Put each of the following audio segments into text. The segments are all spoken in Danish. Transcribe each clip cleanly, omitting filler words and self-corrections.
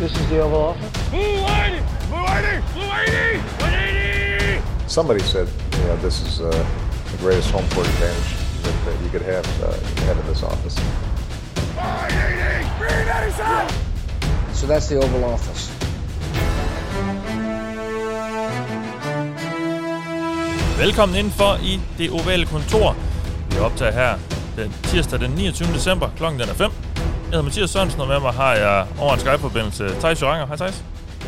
This is the Oval Office. Blue 80! Blue 80! Blue 80! 180! Somebody said, this is the greatest home court advantage that you could have in this office. 180! 387! So that's the Oval Office. Velkommen indenfor i det ovale kontor. Vi optager her den tirsdag den 29. december, klokken den er 5. Jeg hedder Mathias Sørensen, og med mig har jeg over en Skype-forbindelse Theis Joranger. Hej Theis.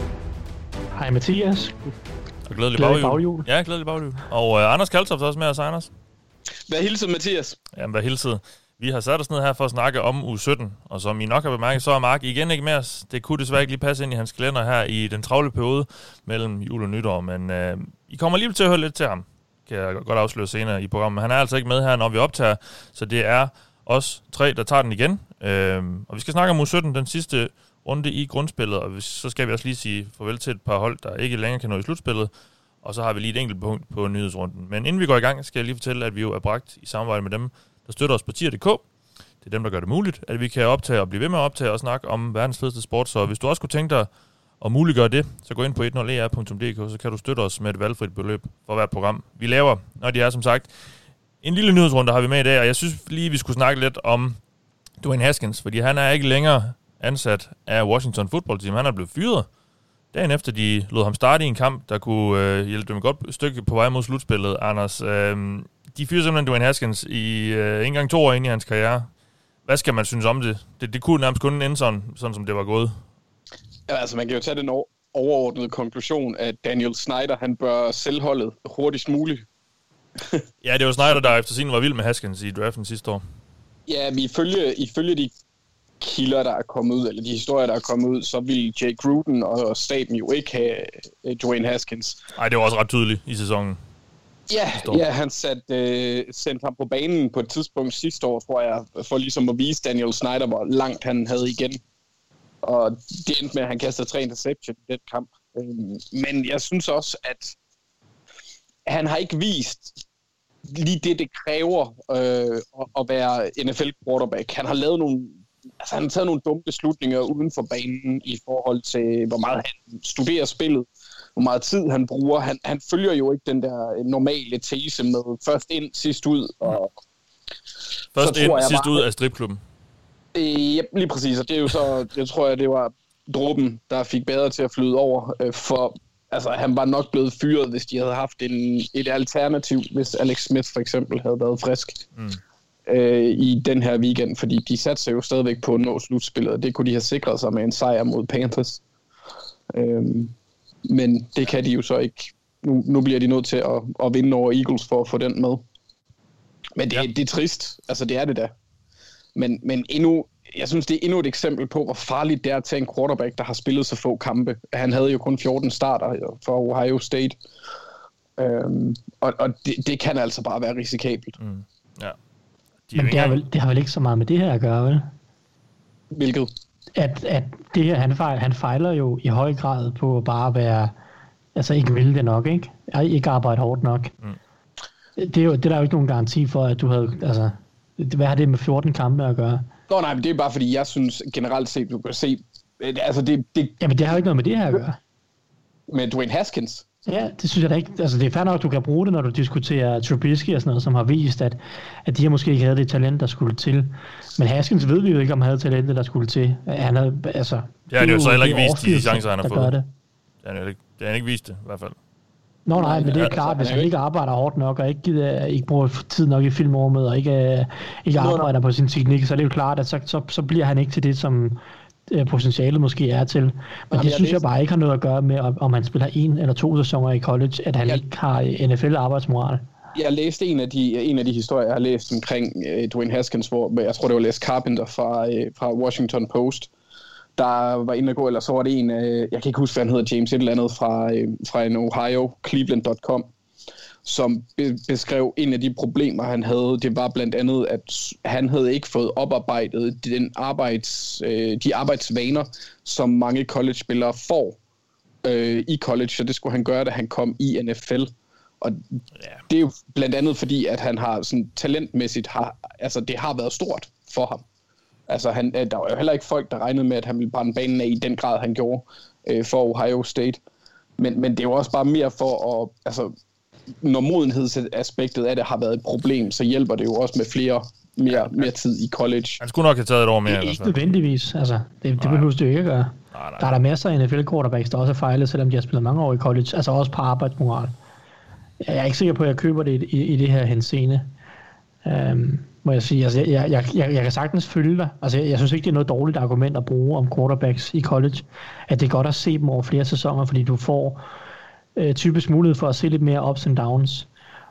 Hej Mathias. Og glædelig baghjul. Ja, glædelig baghjul. Og Anders Kaltoft er også med os, Anders. Hvad hilset, Mathias? Jamen, hvad hilset. Vi har sat os ned her for at snakke om uge 17, og som I nok har bemærket, så er Mark igen ikke med os. Det kunne desværre ikke lige passe ind i hans kalender her i den travle periode mellem jul og nytår, men I kommer lige til at høre lidt til ham, kan jeg godt afsløre senere i programmet. Han er altså ikke med her, når vi optager, så det er os tre, der tager den igen. Og vi skal snakke om uge 17, den sidste runde i grundspillet, og så skal vi også lige sige farvel til et par hold, der ikke længere kan nå i slutspillet, og så har vi lige et enkelt punkt på nyhedsrunden. Men inden vi går i gang, skal jeg lige fortælle, at vi jo er bragt i samarbejde med dem, der støtter os på tier.dk. Det er dem, der gør det muligt, at vi kan optage og blive ved med at optage og snakke om verdens fedeste sport. Så hvis du også kunne tænke dig at muliggøre det, så gå ind på 10er.dk, så kan du støtte os med et valgfrit beløb for hvert program, vi laver. Når de er som sagt en lille nyhedsrunde, har vi med i dag, og jeg synes lige, vi skulle snakke lidt om Dwayne Haskins, fordi han er ikke længere ansat af Washington Football Team. Han er blevet fyret dagen efter, de lod ham starte i en kamp, der kunne hjælpe dem et godt stykke på vej mod slutspillet. Anders, de fyrer simpelthen Dwayne Haskins i ikke engang 2 år ind i hans karriere. Hvad skal man synes om det? Det kunne nærmest kun ende sådan som det var gået. Ja, altså man kan jo tage den overordnede konklusion, at Daniel Snyder, han bør sælge holdet hurtigst muligt. Ja, det var Snyder, der efter sin var vild med Haskins i draften sidste år. Ja, men ifølge de kilder, der er kommet ud, eller de historier, der er kommet ud, så ville Jay Gruden og staben jo ikke have Dwayne Haskins. Nej, det var også ret tydeligt i sæsonen. Ja, han sendte ham på banen på et tidspunkt sidste år, tror jeg, for ligesom at vise Daniel Snyder, hvor langt han havde igen. Og det endte med, at han kastede 3 interception i den kamp. Men jeg synes også, at han har ikke vist lige det kræver at være NFL-quarterback. Han har lavet han har taget nogle dumme beslutninger uden for banen i forhold til, hvor meget han studerer spillet, hvor meget tid han bruger. Han følger jo ikke den der normale tese med først ind, sidst ud. Og først ind, sidst ud af stripklubben. Ja, lige præcis. Og det er jo så, jeg tror, det var dråben, der fik bedre til at flyde over. For altså, han var nok blevet fyret, hvis de havde haft et alternativ, hvis Alex Smith for eksempel havde været frisk i den her weekend. Fordi de satte sig jo stadigvæk på at nå slutspillet, og det kunne de have sikret sig med en sejr mod Panthers. Men det kan de jo så ikke. Nu bliver de nødt til at vinde over Eagles for at få den med. Men det er trist. Altså, det er det da. Men jeg synes, det er endnu et eksempel på, hvor farligt det er at tage en quarterback, der har spillet så få kampe. Han havde jo kun 14 starter for Ohio State. Og det kan altså bare være risikabelt. Ja. Men det har vel ikke så meget med det her at gøre, vel? Hvilket? At det her, han fejler jo i høj grad på at bare være, altså ikke ville det nok, ikke? Ikke arbejde hårdt nok. Det er der jo ikke nogen garanti for, at du havde, altså, hvad har det med 14 kampe at gøre? Nå nej, men det er bare fordi, jeg synes generelt set, du kan se, altså Jamen det har jo ikke noget med det her at gøre. Med Dwayne Haskins? Ja, det synes jeg da ikke. Altså det er fair nok, at du kan bruge det, når du diskuterer Trubisky og sådan noget, som har vist, at de her måske ikke havde det talent, der skulle til. Men Haskins ved vi jo ikke, om han havde talentet, der skulle til. Han havde, altså... Ja, det er jo så heller ikke vist de chancer, han har fået. Det har han ikke vist det, i hvert fald. Nej, men det er klart, hvis han ikke arbejder hårdt nok, og ikke bruger tid nok i filmrummet, og ikke arbejder på sin teknik, så er det jo klart, at så bliver han ikke til det, som potentialet måske er til. Men det synes jeg bare ikke har noget at gøre med, om han spiller 1 eller 2 sæsoner i college, at han ikke har NFL-arbejdsmoral. Jeg læste en af de historier, jeg har læst omkring Dwayne Haskins, hvor jeg tror, det var Les Carpenter fra Washington Post, der var inde at gå, eller så var det en, jeg kan ikke huske, hvad han hedder, James et eller andet fra en Ohio, Cleveland.com, som beskrev en af de problemer, han havde. Det var blandt andet, at han havde ikke fået oparbejdet de arbejdsvaner, som mange college-spillere får i college, så det skulle han gøre, da han kom i NFL. Og det er jo blandt andet fordi, at han har sådan talentmæssigt, det har været stort for ham. Altså, der var jo heller ikke folk, der regnede med, at han ville brænde banen af i den grad, han gjorde for Ohio State. Men det er jo også bare mere for at... Altså, når modenhedsaspektet af det har været et problem, så hjælper det jo også med mere tid i college. Han skulle nok have taget et år mere. Ikke nødvendigvis. Altså, det behøver det jo ikke at gøre. Nej. Der er der masser af NFL-quarterbacks, der også er fejlet, selvom de har spillet mange år i college. Altså også på arbejdsmoral. Jeg er ikke sikker på, at jeg køber det i det her henseende. Må jeg sige. Altså, jeg kan sagtens følge dig. Altså, jeg synes ikke, det er noget dårligt argument at bruge om quarterbacks i college. At det er godt at se dem over flere sæsoner, fordi du får typisk mulighed for at se lidt mere ups and downs.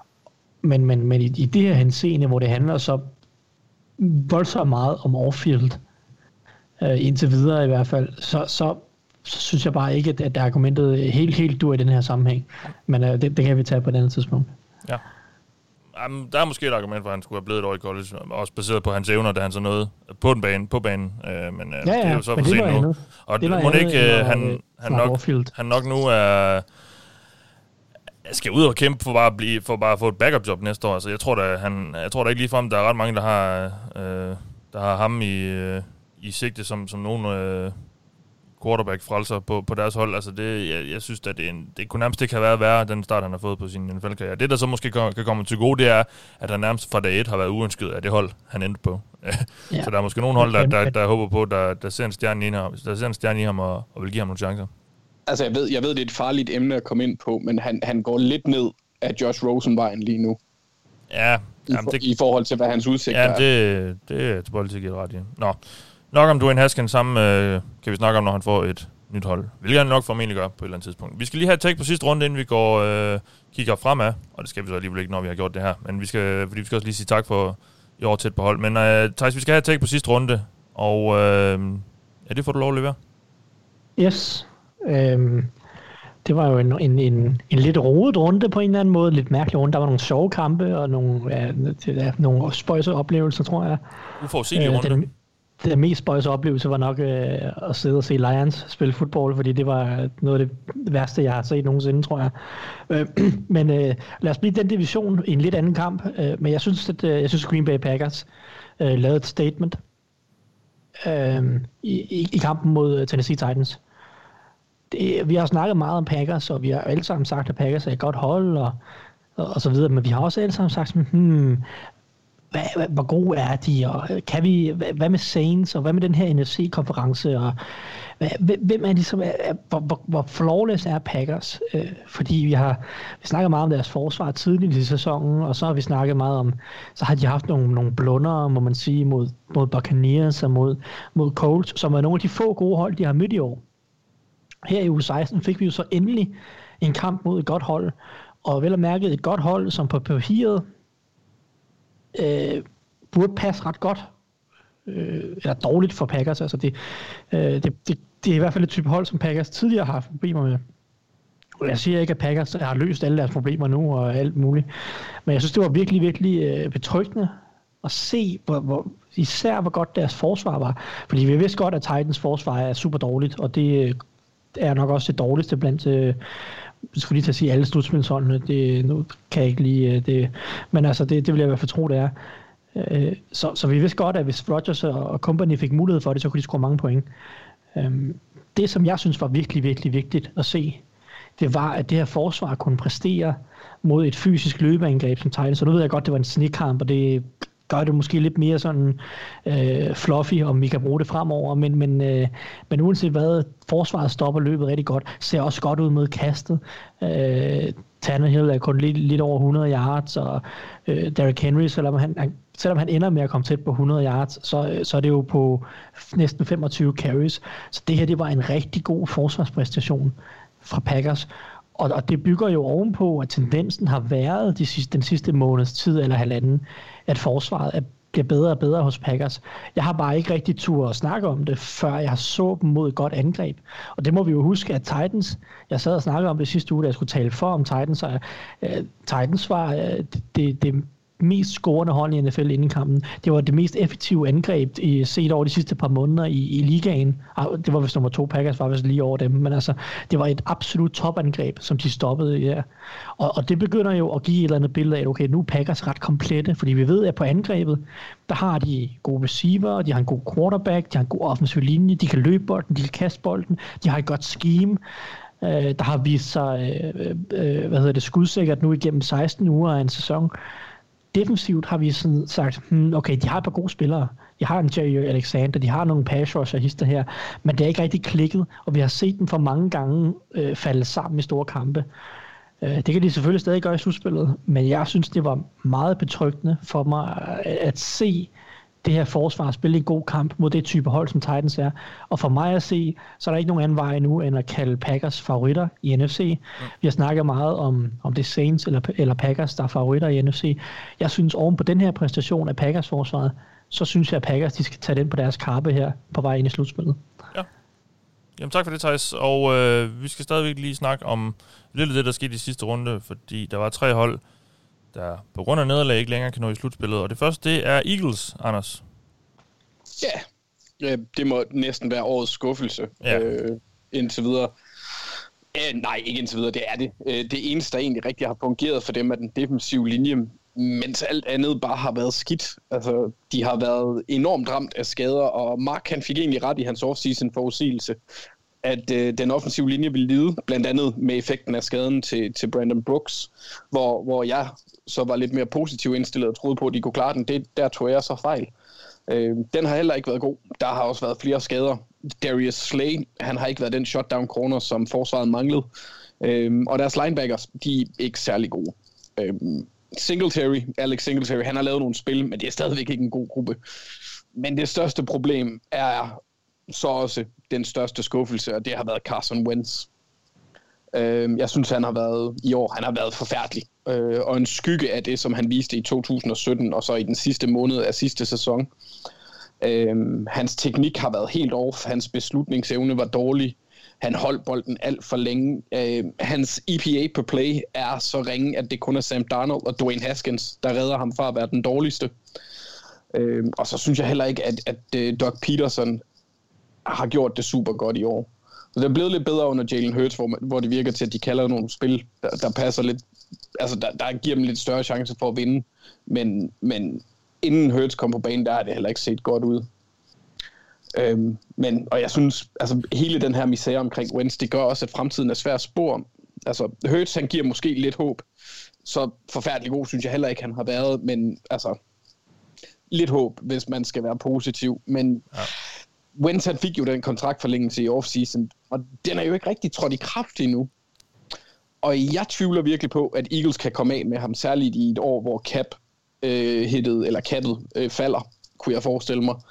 Men i det her henseende, hvor det handler så voldsomt meget om off-field, indtil videre i hvert fald, så synes jeg bare ikke, at argumentet helt dur i den her sammenhæng. Men det kan vi tage på et andet tidspunkt. Ja. Jamen, der er måske et argument for, at han skulle have blevet et år i college, også baseret på hans evner, da han så nåede på banen. Men det er jo så for sent nu. Og må ikke, han nok nu er... skal ud og kæmpe for bare at få et backup job næste år. Altså, jeg tror da ikke ligefrem, der er ret mange, der har ham i sigte som nogen quarterback-frelser på deres hold. Altså, jeg synes, at det kunne nærmest ikke have været værre, den start, han har fået på sin NFL-karriere. Det, der så måske kan komme til gode, det er, at han nærmest fra dag 1 har været uønsket af det hold, han endte på. Så der er måske nogen hold, der håber på, der ser en stjerne i ham, og vil give ham nogle chancer. Altså, jeg ved, det er et farligt emne at komme ind på, men han går lidt ned af Josh Rosen-vejen lige nu. Ja. I forhold til, hvad hans udsigt er. Ja, det er tilbøjelig til at give ret i. Nå, nok om Dwayne Haskins sammen kan vi snakke om, når han får et nyt hold. Hvilket han nok formentlig gør på et eller andet tidspunkt. Vi skal lige have et take på sidste runde, inden vi kigger fremad, og det skal vi så alligevel ikke, når vi har gjort det her. Men vi skal også lige sige tak for i år tæt på hold. Men Thijs, vi skal have et take på sidste runde, og det får du lov at levere. Yes. Det var jo en lidt rodet runde på en eller anden måde, lidt mærkelig runde. Der var nogle sjove kampe og nogle spøjse oplevelser, tror jeg. Uforudsigelig runde. Den mest spøjse oplevelse var nok at sidde og se Lions spille fodbold, fordi det var noget af det værste, jeg har set nogensinde, tror jeg. Men lad os blive den division i en lidt anden kamp. Men jeg synes Green Bay Packers lavede et statement i kampen mod Tennessee Titans. Vi har snakket meget om Packers, og vi har alle sammen sagt, at Packers er et godt hold, og så videre, men vi har også alle sammen sagt, hvor gode er de, og hvad med Saints, og hvad med den her NFC-konference, og hvem er de, som hvor flawless er Packers? Fordi vi snakker meget om deres forsvar tidligt i sæsonen, og så har vi snakket meget om, så har de haft nogle blunder, må man sige, mod Buccaneers og mod Colts, som er nogle af de få gode hold, de har mødt i år. Her i uge 16 fik vi jo så endelig en kamp mod et godt hold, og vel at mærke et godt hold, som på papiret burde passe ret godt, eller dårligt for Packers. Altså det er i hvert fald et type hold, som Packers tidligere har haft problemer med. Og jeg siger ikke, at Packers har løst alle deres problemer nu og alt muligt, men jeg synes, det var virkelig, virkelig betryggende at se, især hvor godt deres forsvar var. Fordi vi vidste godt, at Titans forsvar er super dårligt, og det er nok også det dårligste blandt, jeg skulle lige til at sige alle slutspilsholdene, nu kan jeg ikke lide det, men altså det vil jeg i hvert fald tro, det er. Så vi vidste godt, at hvis Rodgers og company fik mulighed for det, så kunne de score mange point. Det, som jeg synes var virkelig, virkelig vigtigt at se, det var, at det her forsvar kunne præstere mod et fysisk løbeangreb som Titans. Så nu ved jeg godt, det var en sneakkamp, og det gør det måske lidt mere sådan fluffy, om vi kan bruge det fremover, men uanset hvad, forsvaret stopper løbet rigtig godt, ser også godt ud med kastet. Tannehill er kun lidt over 100 yards, og Derrick Henry, selvom han ender med at komme tæt på 100 yards, så er det jo på næsten 25 carries. Så det her, det var en rigtig god forsvarspræstation fra Packers. Og det bygger jo ovenpå, at tendensen har været den sidste måneds tid eller halvanden, at forsvaret bliver bedre og bedre hos Packers. Jeg har bare ikke rigtig tur at snakke om det, før jeg så dem mod et godt angreb. Og det må vi jo huske, at Titans, jeg sad og snakkede om det sidste uge, da jeg skulle tale for om Titans, og Titans var det mest scorende hold i NFL inden kampen. Det var det mest effektive angreb set over de sidste par måneder i ligaen. Det var vist nummer 2, Packers var vist lige over dem, men altså, det var et absolut topangreb, som de stoppede i der. Og det begynder jo at give et eller andet billede af, at okay, nu er Packers ret komplette, fordi vi ved, at på angrebet, der har de gode receiver, de har en god quarterback, de har en god offensiv linje, de kan løbe bolden, de kan kaste bolden, de har et godt scheme, der har vist sig skudsikkert nu igennem 16 uger af en sæson. Defensivt har vi sådan sagt, okay, de har et par gode spillere. De har en Jerry Alexander, de har nogle pass rusher her, men det er ikke rigtig klikket, og vi har set dem for mange gange falde sammen i store kampe. Det kan de selvfølgelig stadig gøre i slutspillet, men jeg synes, det var meget betryggende for mig at se det her forsvar spille en god kamp mod det type hold, som Titans er. Og for mig at se, så er der ikke nogen anden vej nu, end at kalde Packers favoritter i NFC. Vi har snakket meget om det Saints eller Packers, der er favoritter i NFC. Jeg synes, oven på den her præstation af Packers-forsvaret, så synes jeg, at Packers de skal tage den på deres kappe her på vej ind i slutspillet. Ja. Jamen tak for det, Theis. Og vi skal stadigvæk lige snakke om lidt af det, der skete i sidste runde, fordi der var 3 hold, der på grund af nederlag ikke længere kan nå i slutspillet. Og det første, det er Eagles, Anders. Ja, det må næsten være årets skuffelse indtil videre. Nej, ikke indtil videre, det er det. Det eneste, der egentlig rigtig har fungeret for dem, er den defensive linje, mens alt andet bare har været skidt. Altså, de har været enormt ramt af skader, og Mark han fik egentlig ret i hans off-season forudsigelse, at den offensive linje ville lide, blandt andet med effekten af skaden til Brandon Brooks, hvor jeg så var lidt mere positivt indstillet og troede på, at de kunne klare den. Der tog jeg så fejl. Den har heller ikke været god. Der har også været flere skader. Darius Slay, han har ikke været den shutdown corner, som forsvaret manglede. Og deres linebackers, de er ikke særlig gode. Alex Singletary, han har lavet nogle spil, men det er stadigvæk ikke en god gruppe. Men det største problem er så også den største skuffelse, og det har været Carson Wentz. Jeg synes, han har været forfærdelig. Og en skygge af det, som han viste i 2017, og så i den sidste måned af sidste sæson. Hans teknik har været helt off. Hans beslutningsevne var dårlig. Han holdt bolden alt for længe. Hans EPA per play er så ringe, at det kun er Sam Darnold og Dwayne Haskins, der redder ham fra at være den dårligste. Og så synes jeg heller ikke, at Doug Peterson har gjort det super godt i år. Så det er blevet lidt bedre under Jalen Hurts, hvor det virker til, at de kalder nogle spil, der passer lidt, altså der giver dem lidt større chance for at vinde. Men inden Hurts kom på banen, der har det heller ikke set godt ud. Og jeg synes, altså hele den her misære omkring Wentz, det gør også, at fremtiden er svær at spore. Altså Hurts, han giver måske lidt håb. Så forfærdelig god, synes jeg heller ikke, han har været, men altså lidt håb, hvis man skal være positiv. Men Wentz, han fik jo den kontraktforlængelse i offseason, og den er jo ikke rigtig trådt i kraft endnu. Og jeg tvivler virkelig på, at Eagles kan komme af med ham, særligt i et år, hvor cappet falder, kunne jeg forestille mig.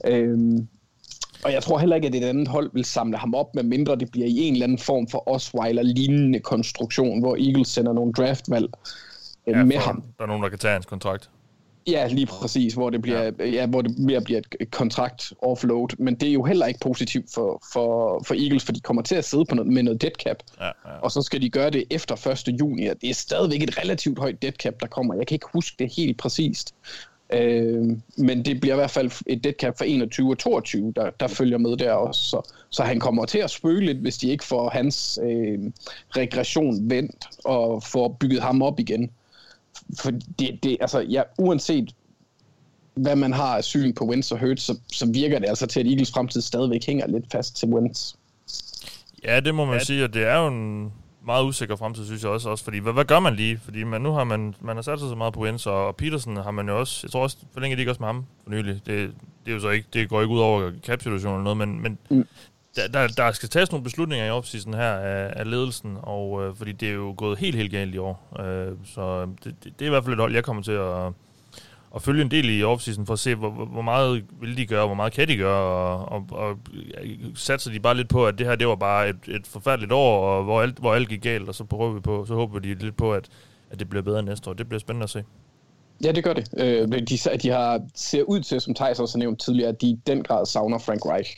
Og jeg tror heller ikke, at et andet hold vil samle ham op, medmindre det bliver i en eller anden form for Osweiler-lignende konstruktion, hvor Eagles sender nogle draftvalg med ham. Der er nogen, der kan tage hans kontrakt. Ja, lige præcis, hvor det mere bliver et kontrakt offload, men det er jo heller ikke positivt for Eagles, for de kommer til at sidde med noget dead cap, og så skal de gøre det efter 1. juni, og det er stadigvæk et relativt højt dead cap, der kommer. Jeg kan ikke huske det helt præcist, men det bliver i hvert fald et dead cap for 21 og 22, der følger med der også, så han kommer til at spøge lidt, hvis de ikke får hans regression vendt og får bygget ham op igen. For uanset hvad man har af syn på Wentz og Hurts, så virker det altså til, at Eagles fremtid stadigvæk hænger lidt fast til Wentz. Ja, det må man sige, og det er jo en meget usikker fremtid, synes jeg også, fordi hvad gør man lige? Fordi nu har man har sat sig så meget på Wentz, og Peterson har man jo også, jeg tror også, forlænger de ikke også med ham for nylig. Det er jo så ikke, det går ikke ud over cap-situationen eller noget, men der skal tages nogle beslutninger i offseason her af ledelsen, og fordi det er jo gået helt galt i år. Så det er i hvert fald et hold, jeg kommer til at følge en del i offseason for at se, hvor meget vil de gøre, hvor meget kan de gøre, og satser de bare lidt på, at det her, det var bare et forfærdeligt år, og hvor alt gik galt, og så håber de lidt på, at det bliver bedre næste år. Det bliver spændende at se. Ja, det gør det. De ser ud til, som Theis også har nævnt tidligere, at de i den grad savner Frank Reich.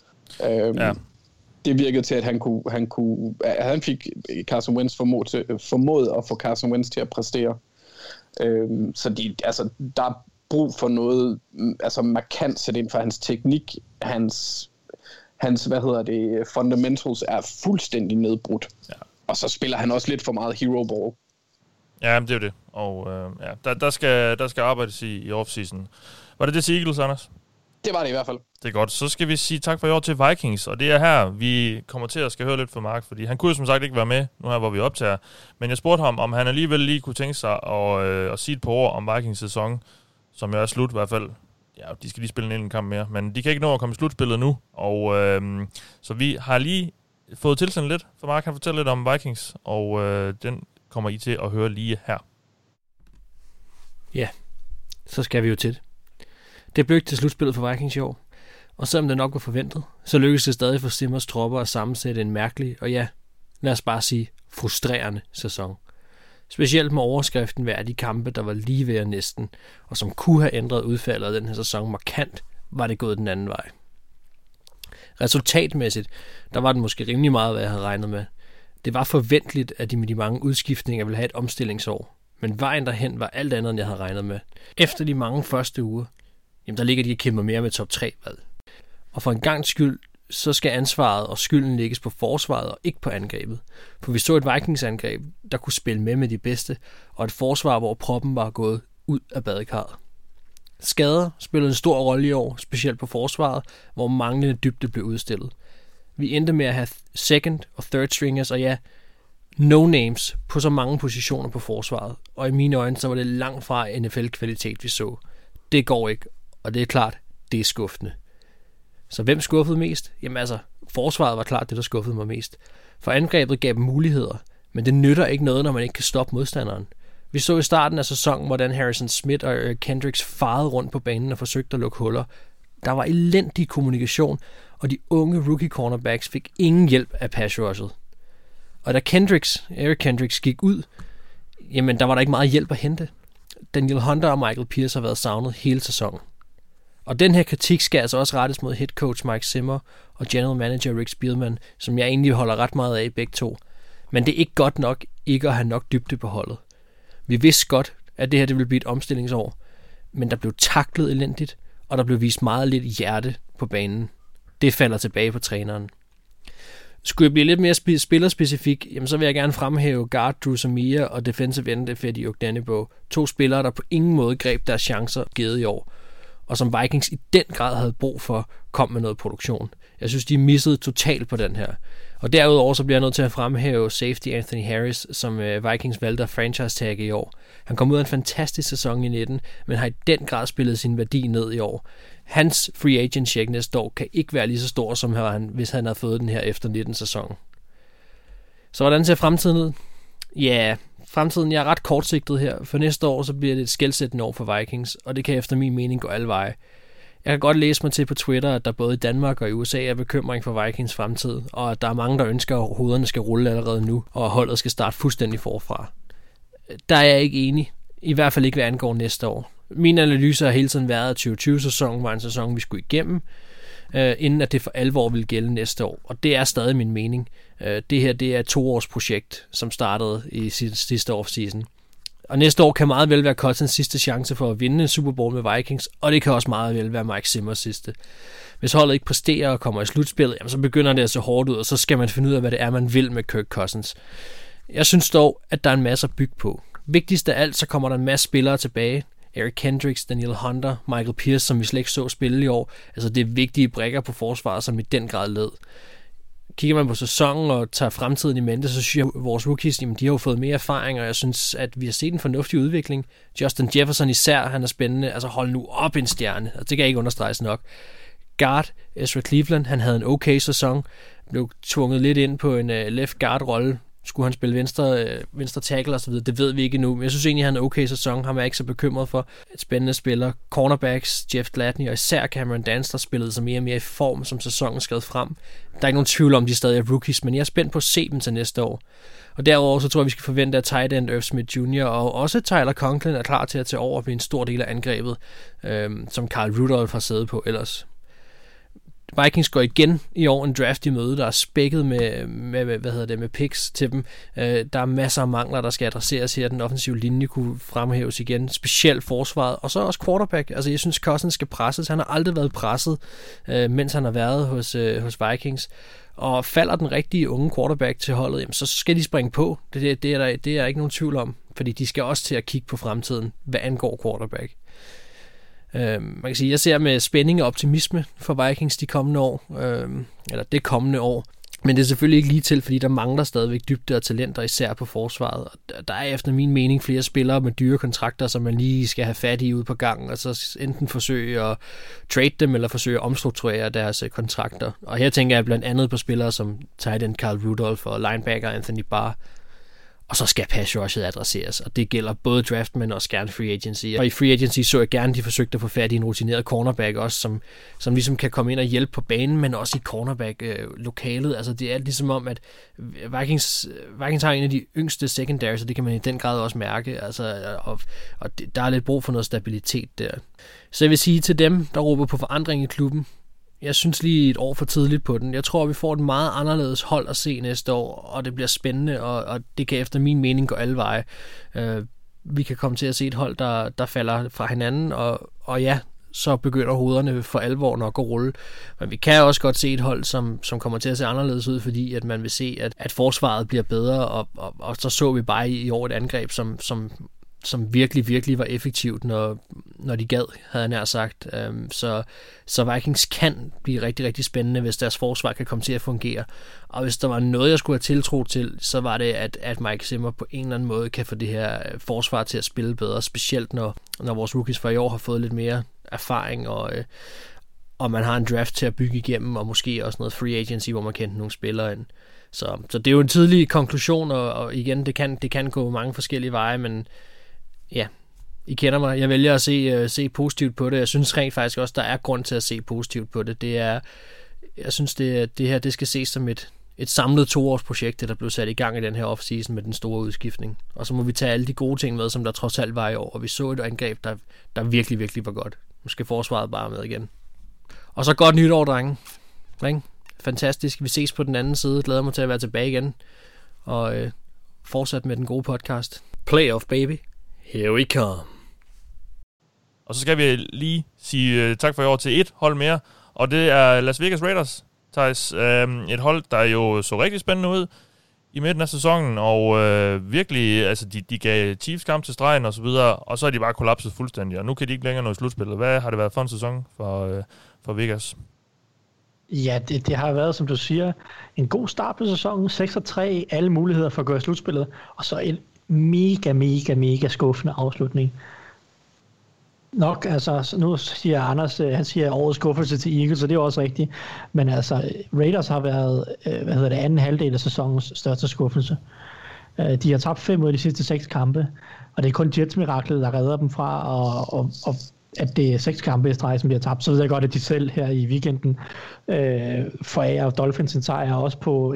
Det virkede til, at han fik Carson Wentz formået at få Carson Wentz til at præstere. Så der er brug for noget markant sæt ind for hans teknik, hans fundamentals er fuldstændig nedbrudt. Ja. Og så spiller han også lidt for meget hero ball. Ja, det er jo det. Og der skal arbejdes i off-season. Var det til Eagles, Anders? Det var det i hvert fald. Det er godt. Så skal vi sige tak for i år til Vikings, og det er her, vi kommer til at skal høre lidt fra Mark, fordi han kunne jo som sagt ikke være med, nu her hvor vi optager. Men jeg spurgte ham, om han alligevel lige kunne tænke sig at sige et par ord om Vikings sæson, som jo er slut i hvert fald. Ja, de skal lige spille en kamp mere, men de kan ikke nå at komme i slutspillet nu. Og så vi har lige fået tilsendt lidt, for Mark kan fortælle lidt om Vikings, og den kommer I til at høre lige her. Ja, så skal vi jo til det. Det blev ikke til slutspillet for Vikings i år, og selvom det nok var forventet, så lykkedes det stadig for Simmers tropper at sammensætte en mærkelig, og ja, lad os bare sige, frustrerende sæson. Specielt med overskriften ved de kampe, der var lige ved næsten, og som kunne have ændret udfaldet af den her sæson markant, var det gået den anden vej. Resultatmæssigt, der var den måske rimelig meget, hvad jeg havde regnet med. Det var forventeligt, at de med de mange udskiftninger ville have et omstillingsår, men vejen derhen var alt andet, end jeg havde regnet med. Efter de mange første uger, jamen der ligger de og kæmper mere med top 3-valg. Og for en gangs skyld, så skal ansvaret og skylden lægges på forsvaret og ikke på angrebet. For vi så et Vikings-angreb, der kunne spille med de bedste, og et forsvar, hvor proppen var gået ud af badekarret. Skader spillede en stor rolle i år, specielt på forsvaret, hvor manglende dybde blev udstillet. Vi endte med at have second og third stringers, og ja, no names på så mange positioner på forsvaret. Og i mine øjne, så var det langt fra NFL-kvalitet, vi så. Det går ikke, og det er klart, det er skuffende. Så hvem skuffede mest? Jamen altså, forsvaret var klart det, der skuffede mig mest. For angrebet gav dem muligheder, men det nytter ikke noget, når man ikke kan stoppe modstanderen. Vi så i starten af sæsonen, hvordan Harrison Smith og Eric Kendricks farede rundt på banen og forsøgte at lukke huller. Der var elendig kommunikation, og de unge rookie cornerbacks fik ingen hjælp af pass rushet. Og da Eric Kendricks gik ud, jamen der var der ikke meget hjælp at hente. Daniel Hunter og Michael Pierce har været savnet hele sæsonen. Og den her kritik skal altså også rettes mod head coach Mike Zimmer og general manager Rick Spielman, som jeg egentlig holder ret meget af begge to. Men det er ikke godt nok ikke at have nok dybde på holdet. Vi vidste godt, at det her det ville blive et omstillingsår, men der blev taklet elendigt, og der blev vist meget lidt hjerte på banen. Det falder tilbage på træneren. Skulle jeg blive lidt mere spillerspecifik, jamen så vil jeg gerne fremhæve guard Drew Samia og defensive end Fedi Ogdenebo. 2 spillere, der på ingen måde greb deres chancer givet i år, og som Vikings i den grad havde brug for, kom med noget produktion. Jeg synes, de missede totalt på den her. Og derudover så bliver jeg nødt til at fremhæve safety Anthony Harris, som Vikings valgte at franchise-tagge i år. Han kom ud af en fantastisk sæson i 19, men har i den grad spillet sin værdi ned i år. Hans free agent check næste år kan ikke være lige så stor, som hvis han havde fået den her efter 19-sæsonen. Så hvordan ser fremtiden ud? Ja, fremtiden jeg er ret kortsigtet her. For næste år så bliver det et skelsættende år for Vikings, og det kan efter min mening gå alle veje. Jeg kan godt læse mig til på Twitter, at der både i Danmark og i USA er bekymring for Vikings fremtid, og at der er mange, der ønsker, at hovederne skal rulle allerede nu, og at holdet skal starte fuldstændig forfra. Der er jeg ikke enig. I hvert fald ikke, hvad angår næste år. Min analyse har hele tiden været, at 2020-sæsonen var en sæson, vi skulle igennem, inden at det for alvor ville gælde næste år. Og det er stadig min mening. Det her det er et 2-års projekt, som startede i sidste off-season. Og næste år kan meget vel være Cousins sidste chance for at vinde en Super Bowl med Vikings, og det kan også meget vel være Mike Zimmers sidste. Hvis holdet ikke præsterer og kommer i slutspillet, jamen så begynder det at se hårdt ud, og så skal man finde ud af, hvad det er, man vil med Kirk Cousins. Jeg synes dog, at der er en masse at bygge på. Vigtigst af alt, så kommer der en masse spillere tilbage. Eric Kendricks, Daniel Hunter, Michael Pierce, som vi slet ikke så spille i år. Altså det er vigtige brikker på forsvaret, som i den grad led. Kigger man på sæsonen og tager fremtiden i mente, så synes jeg, at vores rookies, jamen, de har jo fået mere erfaring, og jeg synes, at vi har set en fornuftig udvikling. Justin Jefferson især, han er spændende. Altså hold nu op en stjerne. Altså, det kan ikke understreges nok. Guard, Ezra Cleveland, han havde en okay sæson. Blev tvunget lidt ind på en left guard-rolle. Skulle han spille venstre tackle og så videre, det ved vi ikke endnu. Men jeg synes egentlig, han er en okay sæson. Ham er jeg ikke så bekymret for. Et spændende spiller. Cornerbacks, Jeff Gladney og især Cameron Dantzler spillede sig mere og mere i form, som sæsonen skred frem. Der er ikke nogen tvivl om, de stadig er rookies, men jeg er spændt på at se dem til næste år. Og derudover så tror jeg, vi skal forvente, at tight end Irv Smith Jr. og også Tyler Conklin er klar til at tage over og blive en stor del af angrebet, som Carl Rudolph har siddet på ellers. Vikings går igen i år en draft i møde, der er spækket med picks til dem. Der er masser af mangler, der skal adresseres her. Den offensive linje kunne fremhæves igen, specielt forsvaret, og så også quarterback. Altså, jeg synes, Cousins skal presses. Han har aldrig været presset, mens han har været hos Vikings. Og falder den rigtige unge quarterback til holdet, jamen, så skal de springe på. Det er der ikke nogen tvivl om, fordi de skal også til at kigge på fremtiden, hvad angår quarterback. Man kan sige, jeg ser med spænding og optimisme for Vikings de kommende år, eller det kommende år. Men det er selvfølgelig ikke lige til, fordi der mangler stadigvæk dybde og talenter, især på forsvaret. Og der er efter min mening flere spillere med dyre kontrakter, som man lige skal have fat i ude på gangen, og så enten forsøge at trade dem, eller forsøge at omstrukturere deres kontrakter. Og her tænker jeg blandt andet på spillere som tight end Kyle Rudolph og linebacker Anthony Barr. Og så skal pass rushet adresseres, og det gælder både draft, men også gerne free agency. Og i free agency så jeg gerne, de forsøgte at få fat i en rutineret cornerback også, som ligesom kan komme ind og hjælpe på banen, men også i cornerback-lokalet. Altså det er ligesom om, at Vikings har en af de yngste secondaries, så det kan man i den grad også mærke. Altså, og der er lidt brug for noget stabilitet der. Så jeg vil sige til dem, der råber på forandring i klubben, jeg synes lige et år for tidligt på den. Jeg tror, vi får et meget anderledes hold at se næste år, og det bliver spændende, og det kan efter min mening gå alle veje. Vi kan komme til at se et hold, der falder fra hinanden, og ja, så begynder hovederne for alvor nok at rulle. Men vi kan også godt se et hold, som kommer til at se anderledes ud, fordi at man vil se, at forsvaret bliver bedre, og så vi bare i år et angreb, som virkelig, virkelig var effektivt, når de gad, havde jeg nær sagt. Så Vikings kan blive rigtig, rigtig spændende, hvis deres forsvar kan komme til at fungere. Og hvis der var noget, jeg skulle have tiltro til, så var det, at Mike Zimmer på en eller anden måde kan få det her forsvar til at spille bedre, specielt når vores rookies fra i år har fået lidt mere erfaring, og man har en draft til at bygge igennem, og måske også noget free agency, hvor man kan hente nogle spillere ind. Så det er jo en tidlig konklusion, og igen, det kan gå mange forskellige veje, men ja, I kender mig. Jeg vælger at se positivt på det. Jeg synes rent faktisk også, der er grund til at se positivt på det. Jeg synes, det her det skal ses som et samlet 2-årsprojekt, der blev sat i gang i den her offseason med den store udskiftning. Og så må vi tage alle de gode ting med, som der trods alt var i år. Og vi så et angreb, der virkelig, virkelig var godt. Nu skal forsvaret bare med igen. Og så godt nytår, drenge. Fantastisk. Vi ses på den anden side. Glæder mig til at være tilbage igen. Og fortsat med den gode podcast. Playoff, baby. Here we come. Og så skal vi lige sige tak for i år til et hold mere, og det er Las Vegas Raiders, Thijs. Et hold, der jo så rigtig spændende ud i midten af sæsonen, og virkelig, altså de gav Chiefs kamp til stregen og så videre, og så er de bare kollapset fuldstændig, og nu kan de ikke længere nå i slutspillet. Hvad har det været for en sæson for Vegas? Ja, det har været, som du siger, en god start på sæsonen, 6-3, alle muligheder for at gå i slutspillet, og så en mega skuffende afslutning. Nok, altså, nu siger Anders, han siger årets skuffelse til Eagles, så det er også rigtigt. Men altså, Raiders har været, anden halvdel af sæsonens største skuffelse. De har tabt 5 ud af de sidste 6 kampe, og det er kun Jets-miraklet, der redder dem fra, og at det er 6 kampe i streg, som de har tabt. Så ved jeg godt, at de selv her i weekenden forærer Dolphins en sejr også på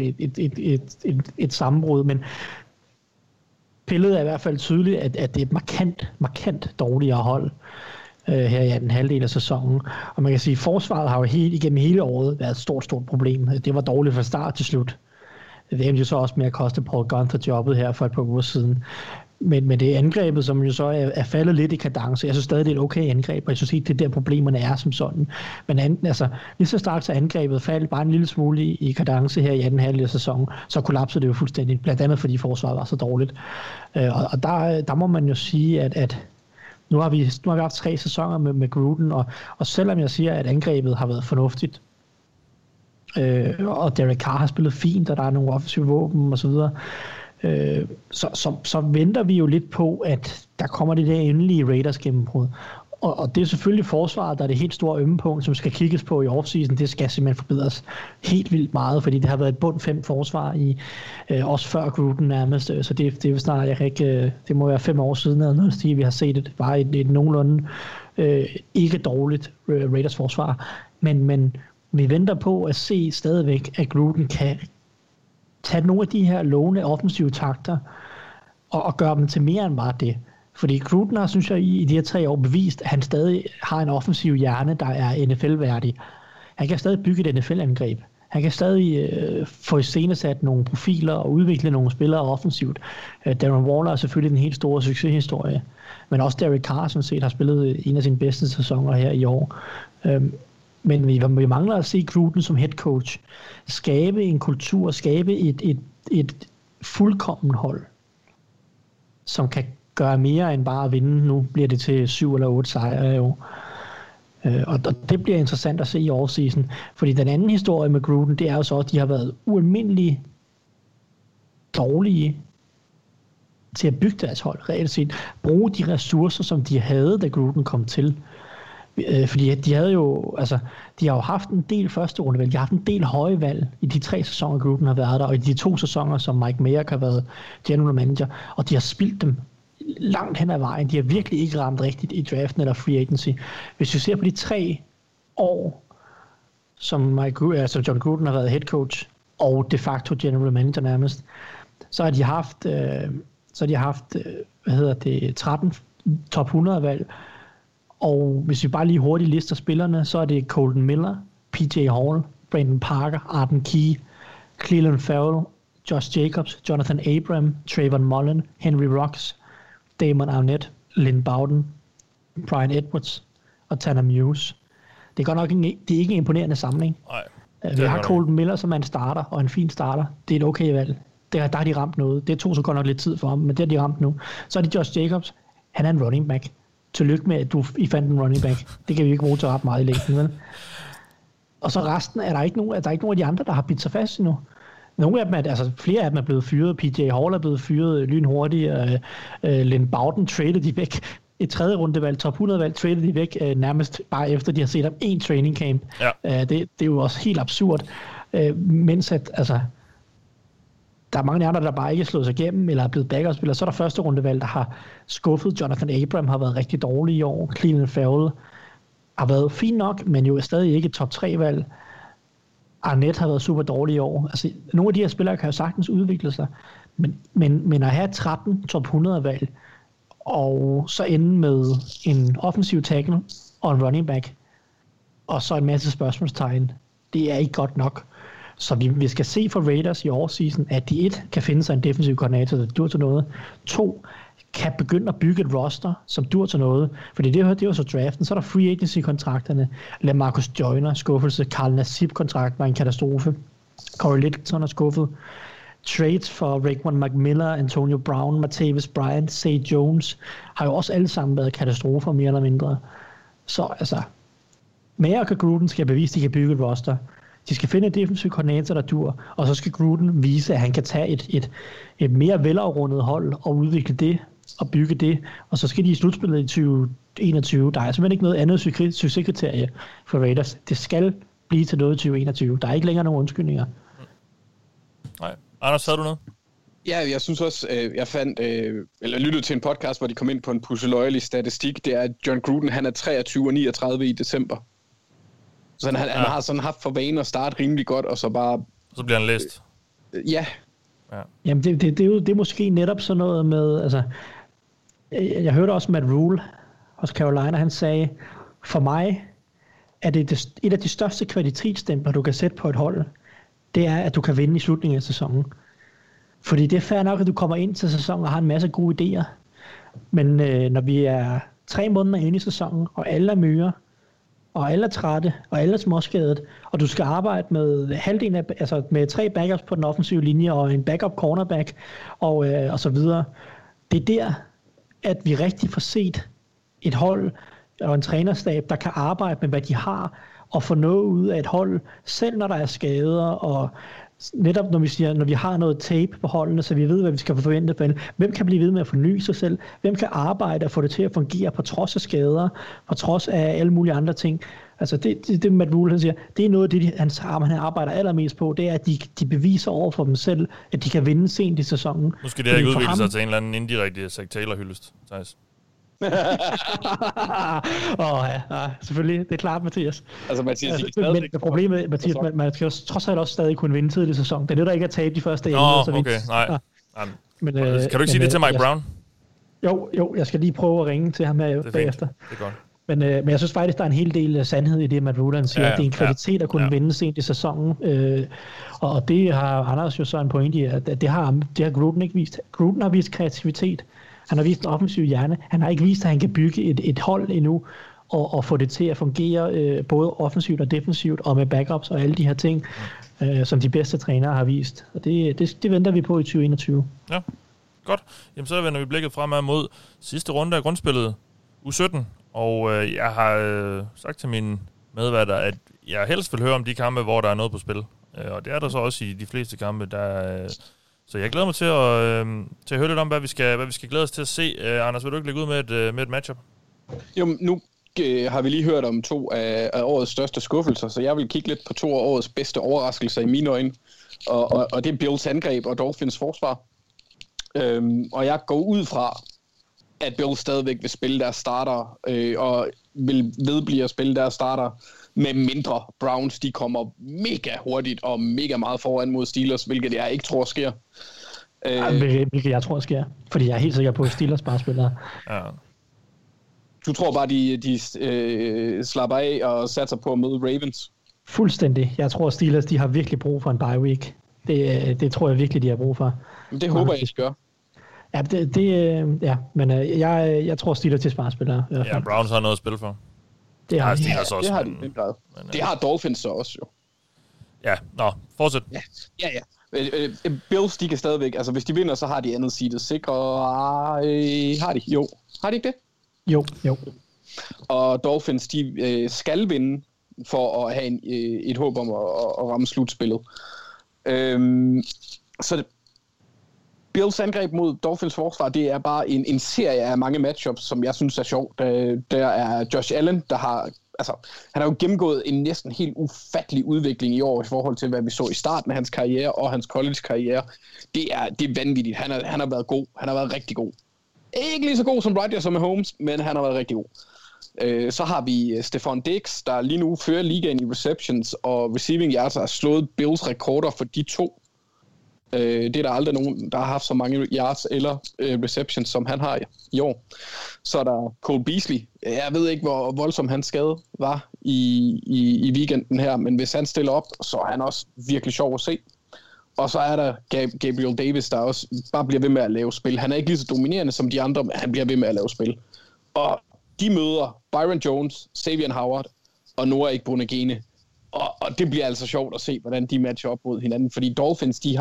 et sammenbrud, men billedet er i hvert fald tydeligt, at det er et markant dårligere hold her i den halvdel af sæsonen. Og man kan sige, at forsvaret har jo igennem hele året været et stort problem. Det var dårligt fra start til slut. Det endte jo så også med at koste Paul Gunther jobbet her for et par uger siden. Men det er angrebet, som jo så er faldet lidt i kadence. Jeg synes stadig, det er et okay angreb, og jeg synes ikke, det er der problemerne er som sådan. Men lige så straks er angrebet faldt bare en lille smule i kadence her i anden halvdel af sæsonen, så kollapsede det jo fuldstændig, blandt andet fordi forsvaret var så dårligt. Og der må man jo sige, at nu har vi haft 3 sæsoner med Gruden, og selvom jeg siger, at angrebet har været fornuftigt, og Derek Carr har spillet fint, og der er nogle offensive våben og så videre, så venter vi jo lidt på, at der kommer det der endelige Raiders gennembrud. Og det er selvfølgelig forsvaret, der er det helt store ømmepunkt, som skal kigges på i offseason. Det skal simpelthen forbedres helt vildt meget, fordi det har været et bund 5 forsvar i også før Gruden nærmest. Så det er snart, det må være 5 år siden, eller noget stil, vi har set det. Bare et nogenlunde ikke dårligt Raiders forsvar. Men vi venter på at se stadigvæk, at Gruden kan tage nogle af de her lovende offensive takter og gøre dem til mere end bare det. Fordi Gruden har, synes jeg, i de her 3 år bevist, at han stadig har en offensiv hjerne, der er NFL-værdig. Han kan stadig bygge et NFL-angreb. Han kan stadig få iscenesat nogle profiler og udvikle nogle spillere offensivt. Darren Waller er selvfølgelig den helt store succeshistorie, men også Derek Carr, som set, har spillet en af sine bedste sæsoner her i år. Men vi mangler at se Gruden som head coach skabe en kultur, skabe et fuldkommen hold, som kan gøre mere end bare at vinde. Nu bliver det til 7 eller 8 sejre i år. Og det bliver interessant at se i offseason. Fordi den anden historie med Gruden, det er jo så, at de har været ualmindeligt dårlige til at bygge deres hold. Reelt set bruge de ressourcer, som de havde, da Gruden kom til. Fordi de havde jo, altså, de har jo haft en del første rundevalg, de har haft en del høje valg i de 3 sæsoner, Gruden har været der, og i de 2 sæsoner, som Mike Mayock har været general manager, og de har spildt dem langt hen ad vejen. De har virkelig ikke ramt rigtigt i draften eller free agency. Hvis vi ser på de 3 år, som John Gruden har været head coach og de facto general manager nærmest, så har de haft 13 top 100 valg. Og hvis vi bare lige hurtigt lister spillerne, så er det Colton Miller, PJ Hall, Brandon Parker, Arden Key, Cleveland Farrell, Josh Jacobs, Jonathan Abram, Trayvon Mullen, Henry Rocks, Damon Arnett, Lynn Bowden, Brian Edwards og Tanner Muse. Det er godt nok det er ikke en imponerende samling. Vi har Colton Miller som en starter, og en fin starter. Det er et okay valg. Der har de ramt noget. Det tog så godt nok lidt tid for ham, men det har de ramt nu. Så er det Josh Jacobs. Han er en running back. Tillykke med, at I fandt en running back. Det kan vi ikke bruge til ret meget i længden, vel? Og så resten, er der ikke nogen af de andre, der har bidt sig fast endnu. Nogle af dem flere af dem er blevet fyret. PJ Hall er blevet fyret lynhurtigt. Lynn Bowden traded de væk. Et 3. rundevalg, top 100 valg, traded de væk nærmest bare efter, de har set om 1 training camp. Ja. Det er jo også helt absurd. Mens at, der er mange andre, der bare ikke er slået sig igennem, eller er blevet backup-spillere. Så er der første rundevalg, der har skuffet. Jonathan Abram har været rigtig dårlig i år. Cleveland Farrell har været fint nok, men jo stadig ikke et top 3-valg. Arnett har været super dårlig i år. Altså, nogle af de her spillere kan jo sagtens udvikle sig, men at have 13 top 100-valg, og så ende med en offensiv tackle og en running back, og så en masse spørgsmålstegn, det er ikke godt nok. Så vi skal se for Raiders i årsseason, at de 1 kan finde sig en defensiv koordinator, der dur til noget. 2 kan begynde at bygge et roster, som dur til noget. Fordi det var så draften. Så er der free agency-kontrakterne. LaMarcus Joyner, skuffelse. Carl Nassib-kontrakt var en katastrofe. Corey Littleton er skuffet. Trades for Raekwon McMillan, Antonio Brown, Martavis Bryant, Zay Jones har jo også alle sammen været katastrofer, mere eller mindre. Så Mayock og Gruden skal bevise, at de kan bygge et roster. De skal finde en defensiv koordinator, der dur, og så skal Gruden vise, at han kan tage et mere velafrundet hold og udvikle det og bygge det, og så skal de i slutspillet i 2021. Der er simpelthen ikke noget andet succeskriterie for Raiders. Det skal blive til noget i 2021. Der er ikke længere nogen undskyldninger. Nej. Anders, havde du noget? Ja, jeg synes også, jeg fandt, eller lyttede til en podcast, hvor de kom ind på en pusseløjelig statistik. Det er, at John Gruden, han er 23 og 39 i december. Så han har sådan haft for vane at starte rimelig godt, og så bare... Så bliver han læst. Ja. Jamen, det er måske netop sådan noget med... jeg hørte også Matt Rule hos Carolina, han sagde, for mig er det et af de største kvalitetsstempler, du kan sætte på et hold, det er, at du kan vinde i slutningen af sæsonen. Fordi det er fair nok, at du kommer ind til sæsonen og har en masse gode idéer, men når vi er 3 måneder inde i sæsonen, og alle er myrer, og alle er trætte, og alle er småskadet, og du skal arbejde med halvdelen af, med 3 backups på den offensive linje, og en backup cornerback, og så videre. Det er der, at vi rigtig får set et hold og en trænerstab, der kan arbejde med, hvad de har, og få noget ud af et hold, selv når der er skader, og netop når vi har noget tape på holdene, så vi ved, hvad vi skal forvente på. Hvem kan blive ved med at forny sig selv? Hvem kan arbejde og få det til at fungere på trods af skader, på trods af alle mulige andre ting? Altså det Matt Rule, han siger, det er noget af det, han arbejder allermest på, det er, at de beviser over for dem selv, at de kan vinde sent i sæsonen. Nu skal det ikke udvikle sig til en eller anden indirekte Zach Taylor-hyldest, Thijs. Selvfølgelig, det er klart, Mathias. Altså, Mathias, men problemet, Mathias, man skal jo trods alt også stadig kunne vinde tidlig sæson. Det er det, der ikke er tabt de første 11 år. Okay, nej. Men, kan du ikke sige det til Mike Brown? Jo, jeg skal lige prøve at ringe til ham her bagefter. Det er godt. Men jeg synes faktisk, der er en hel del sandhed i det, Matt Rudin siger. Det er en kvalitet at kunne vinde sent i sæsonen. Og det har Anders jo så en pointe i, at det har Gruden ikke vist. Gruden har vist kreativitet. Han har vist en offensiv hjerne. Han har ikke vist, at han kan bygge et hold endnu og få det til at fungere både offensivt og defensivt og med backups og alle de her ting, som de bedste trænere har vist. Og det venter vi på i 2021. Ja, godt. Jamen så vender vi blikket fremad mod sidste runde af grundspillet, U17. Og jeg har sagt til mine medværter, at jeg helst vil høre om de kampe, hvor der er noget på spil. Og det er der så også i de fleste kampe. Så jeg glæder mig til at høre lidt om, hvad vi skal glæde os til at se. Anders, vil du ikke lægge ud med et matchup? Jo, nu har vi lige hørt om 2 af årets største skuffelser, så jeg vil kigge lidt på 2 af årets bedste overraskelser i mine øjne. Og det er Bills angreb og Dolphins forsvar. Og jeg går ud fra, at Bills stadigvæk vil spille deres starter, og vil vedblive at spille deres starter, med mindre Browns, de kommer mega hurtigt og mega meget foran mod Steelers, hvilket jeg ikke tror sker. Hvilket jeg tror sker, fordi jeg er helt sikker på, at Steelers bare spiller. Ja. Du tror bare, de slapper af og satser på at møde Ravens? Fuldstændig. Jeg tror, Steelers de har virkelig brug for en bye week. Det tror jeg virkelig, de har brug for. Det håber jeg, I gør. Ja, men jeg tror, Steelers til sparespillere. Ja, Browns har noget at spille for. Det har Steelers også. Det har de. Det har Dolphins så også, jo. Ja, fortsæt. Ja. Bills, de kan stadigvæk, altså hvis de vinder, så har de andet seedet sikre. Har de? Jo. Har de ikke det? Jo. Og Dolphins, de skal vinde for at have et håb om at ramme slutspillet. Så Bills angreb mod Dolphins forsvar, det er bare en serie af mange matchups, som jeg synes er sjovt. Der er Josh Allen, han har jo gennemgået en næsten helt ufattelig udvikling i år i forhold til, hvad vi så i starten af hans karriere og hans college-karriere. Det er vanvittigt. Han har været god. Han har været rigtig god. Ikke lige så god som Rodgers og Mahomes, men han har været rigtig god. Så har vi Stefon Diggs, der lige nu fører ligaen i receptions og receiving yards, har slået Bills rekorder for de 2. Det er der aldrig nogen, der har haft så mange yards eller receptions, som han har i år. Så er der Cole Beasley. Jeg ved ikke, hvor voldsom hans skade var i weekenden her, men hvis han stiller op, så er han også virkelig sjov at se. Og så er der Gabriel Davis, der også bare bliver ved med at lave spil. Han er ikke lige så dominerende som de andre, men han bliver ved med at lave spil. Og de møder Byron Jones, Xavier Howard og Noah Igbinoghene. Og det bliver altså sjovt at se, hvordan de matcher op mod hinanden. Fordi Dolphins, de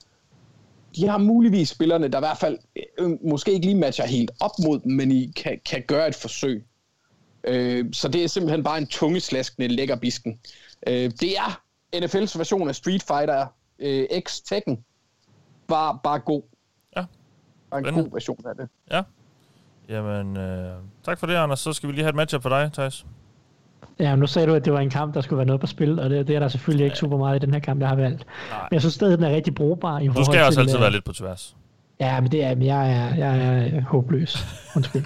har muligvis spillerne, der i hvert fald måske ikke lige matcher helt op mod dem, men I kan gøre et forsøg. Så det er simpelthen bare en tungeslaskende lækkerbisken. Det er NFL's version af Street Fighter X Tekken. Bare god. Ja. Bare en god version af det. Ja. Jamen, tak for det, Anders. Så skal vi lige have et matchup for dig, Thijs. Ja, nu sagde du, at det var en kamp, der skulle være noget på spil, og det er der selvfølgelig ikke super meget i den her kamp, jeg har valgt. Nej. Men jeg synes stadig, den er rigtig brugbar i forhold til... Du skal også altid være lidt på tværs. Ja, men jeg er håbløs. Undskyld.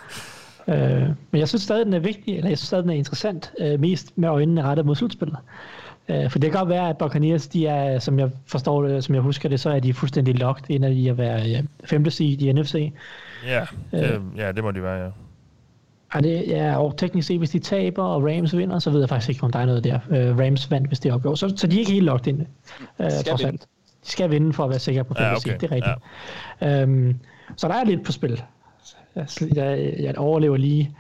Men jeg synes stadig, den er vigtig, eller jeg synes stadig, den er interessant, mest med øjnene rettet mod slutspillet. For det kan godt være, at Buccaneers, de er, som jeg forstår det, som jeg husker det, så er de fuldstændig locked ind i at være 5. seed i NFC. Ja, det må de være, ja. Og teknisk set, hvis de taber, og Rams vinder, så ved jeg faktisk ikke, om der er noget der. Rams vandt, hvis det opgår. Så de er ikke helt locked ind, trods alt. De skal vinde for at være sikre på 5. seed, det er rigtigt. Ja. Så der er lidt på spil. Jeg overlever lige.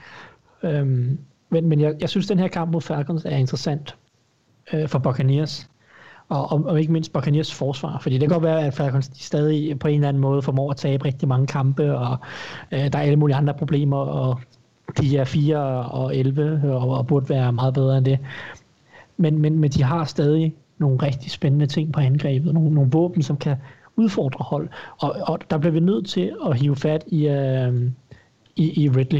Men jeg synes, den her kamp mod Falcons er interessant for Buccaneers. Og ikke mindst Buccaneers forsvar, fordi det kan godt være, at Falcons de stadig på en eller anden måde formår at tabe rigtig mange kampe, og der er alle mulige andre problemer, og de er 4 og 11, og burde være meget bedre end det. Men de har stadig nogle rigtig spændende ting på angrebet, nogle våben, som kan udfordre hold, og der bliver vi nødt til at hive fat i Ridley.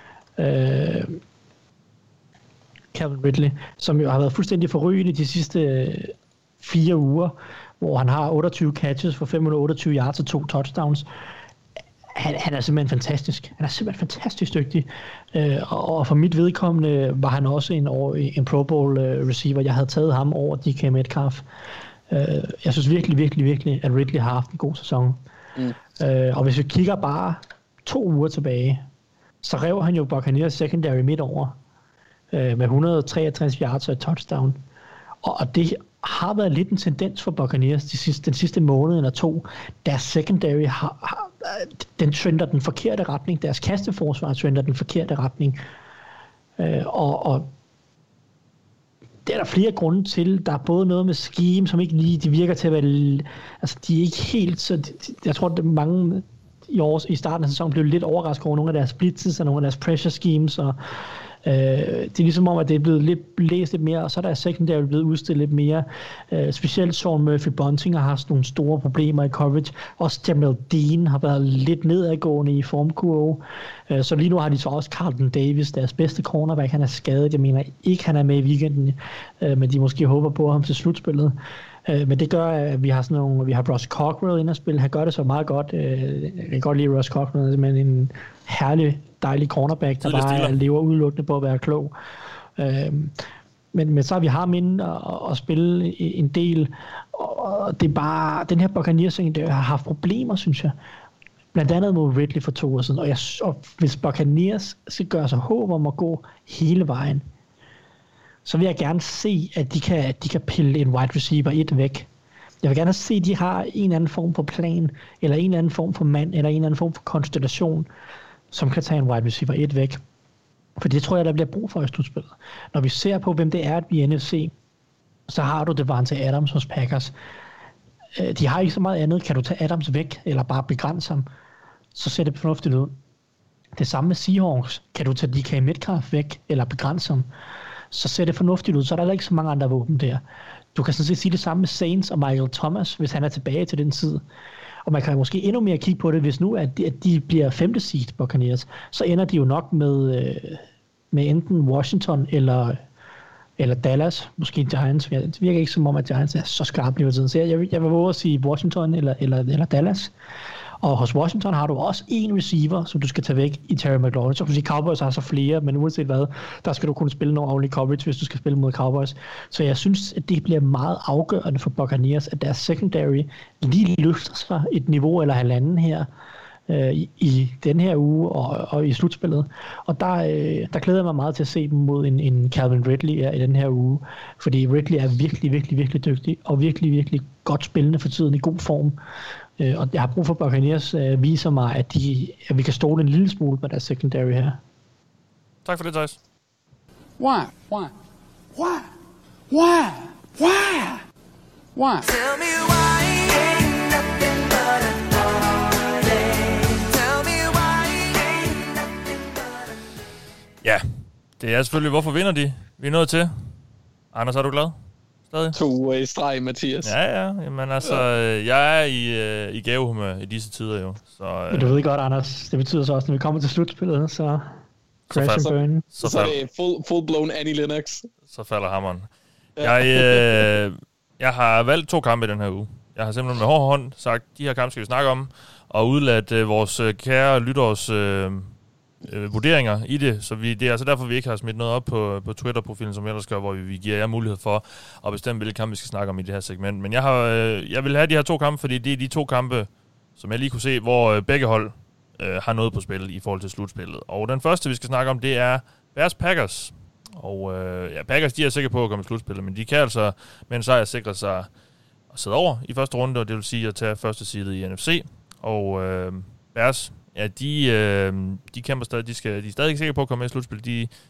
Calvin Ridley, som jo har været fuldstændig forrygende de sidste 4 uger, hvor han har 28 catches for 528 yards og 2 touchdowns. Han er simpelthen fantastisk. Han er simpelthen fantastisk dygtig. Og for mit vedkommende var han også en Pro Bowl receiver. Jeg havde taget ham over DK Metcalf. Jeg synes virkelig, at Ridley har haft en god sæson. Og hvis vi kigger bare 2 uger tilbage, så rev han jo Buccaneers secondary midt over med 163 yards og et touchdown. Og det har været lidt en tendens for Buccaneers den sidste måned eller to. Deres secondary den trender den forkerte retning. Deres kasteforsvar trender den forkerte retning. Og det er der flere grunde til. Der er både noget med scheme, som ikke lige, de virker til at være, altså de er ikke helt så, jeg tror, at mange i starten af sæsonen blev lidt overrasket over nogle af deres blitzes og nogle af deres pressure schemes, og det er ligesom om, at det er blevet læst lidt mere, og så er der secondary blevet udstillet lidt mere. Specielt Sean Murphy Bunting har haft nogle store problemer i coverage. Også Jamel Dean har været lidt nedadgående i formkurve. Så lige nu har de så også Carlton Davis, deres bedste cornerback. Han er skadet. Jeg mener ikke, han er med i weekenden, men de måske håber på ham til slutspillet. Men det gør, at vi har Ross Cockrell inde at spille. Han gør det så meget godt. Jeg kan godt lide Ross Cockrell, men en herlig, dejlig cornerback, der bare lever udelukkende på at være klog. Men så har vi ham inde og spille en del, og det er bare, den her Buccaneers, der har haft problemer, synes jeg. Blandt andet mod Ridley for 2 år siden. Og hvis Buccaneers skal gøre sig håb om at gå hele vejen, så vil jeg gerne se, at de kan pille en wide receiver 1 væk. Jeg vil gerne se, at de har en eller anden form for plan, eller en eller anden form for mand, eller en eller anden form for konstellation, som kan tage en wide receiver 1 væk. For det tror jeg, der bliver brug for i slutspillet. Når vi ser på, hvem det er i NFC, så har du Davante Adams hos Packers. De har ikke så meget andet. Kan du tage Adams væk, eller bare begrænse ham, så ser det fornuftigt ud. Det samme med Seahawks. Kan du tage DK Metcalf væk, eller begrænse ham, så ser det fornuftigt ud. Så er der ikke så mange andre våben der. Du kan sådan set sige det samme med Saints og Michael Thomas, hvis han er tilbage til den tid. Og man kan måske endnu mere kigge på det, hvis nu at de bliver 5. seed Buccaneers, så ender de jo nok med enten Washington eller Dallas, måske Giants. Det virker ikke som om, at Giants er så skarpe lige tiden. Så jeg vil våge at sige Washington eller Dallas. Og hos Washington har du også en receiver, som du skal tage væk i Terry McLaurin. Så kan du sige, Cowboys har så flere, men uanset hvad, der skal du kunne spille nogle ordentlige coverage, hvis du skal spille mod Cowboys. Så jeg synes, at det bliver meget afgørende for Buccaneers, at deres secondary lige løfter sig et niveau eller halvanden her i den her uge og i slutspillet. Og der glæder jeg mig meget til at se dem mod en Calvin Ridley i den her uge, fordi Ridley er virkelig, virkelig, virkelig dygtig og virkelig, virkelig godt spillende for tiden i god form. Og jeg har brug for Buccaneers viser mig, at vi kan stole en lille smule på deres secondary her. Tak for det, Thijs. Why? Tell me why ain't nothing but a party. Tell me why ain't nothing but a... Ja, det er selvfølgelig, hvorfor vinder de? Vi er nået til. Anders, er du glad? Stadig? 2 uger i streg, Mathias. Ja. Jamen altså, jeg er i gavehumør i disse tider jo. Så, men du ved godt, Anders, det betyder så også, når vi kommer til slutspillet, så crash and burn. Så er det full-blown Annie Lennox. Så falder hammeren. Ja. Jeg har valgt 2 kampe i den her uge. Jeg har simpelthen med hård hånd sagt, de her kampe skal vi snakke om, og udladt vores kære lytteres vurderinger i det, så det er altså derfor, vi ikke har smidt noget op på Twitter-profilen, som ellers gør, hvor vi giver jer mulighed for at bestemme, hvilke kampe vi skal snakke om i det her segment. Men jeg vil have de her 2 kampe, fordi det er de 2 kampe, som jeg lige kunne se, hvor begge hold har noget på spil i forhold til slutspillet. Og den første, vi skal snakke om, det er Bears Packers. Og Packers, de er sikre på at komme i slutspillet, men de kan altså med en sejr sikre sig at sidde over i første runde, og det vil sige at tage første seedet i NFC. Og Bears, ja, de kæmper stadig. De er stadig ikke sikre på at komme med i slutspillet.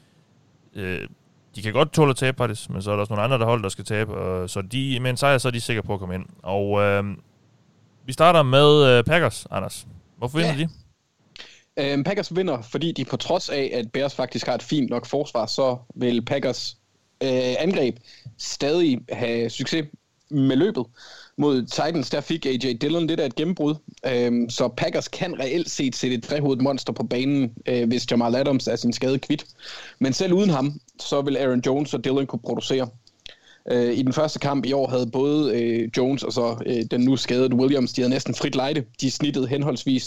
De kan godt tåle at tabe, faktisk, men så er der også nogle andre der skal tabe. Så med en sejr, så er de sikre på at komme ind. Og vi starter med Packers, Anders. Hvorfor vinder de? Packers vinder, fordi de på trods af, at Bears faktisk har et fint nok forsvar, så vil Packers angreb stadig have succes med løbet. Mod Titans, der fik A.J. Dillon lidt af et gennembrud, så Packers kan reelt set sætte et trehovedet monster på banen, hvis Jamal Adams er sin skade kvit. Men selv uden ham, så vil Aaron Jones og Dillon kunne producere. I den første kamp i år havde både Jones og så den nu skadede Williams, de havde næsten frit lejde. De snittede henholdsvis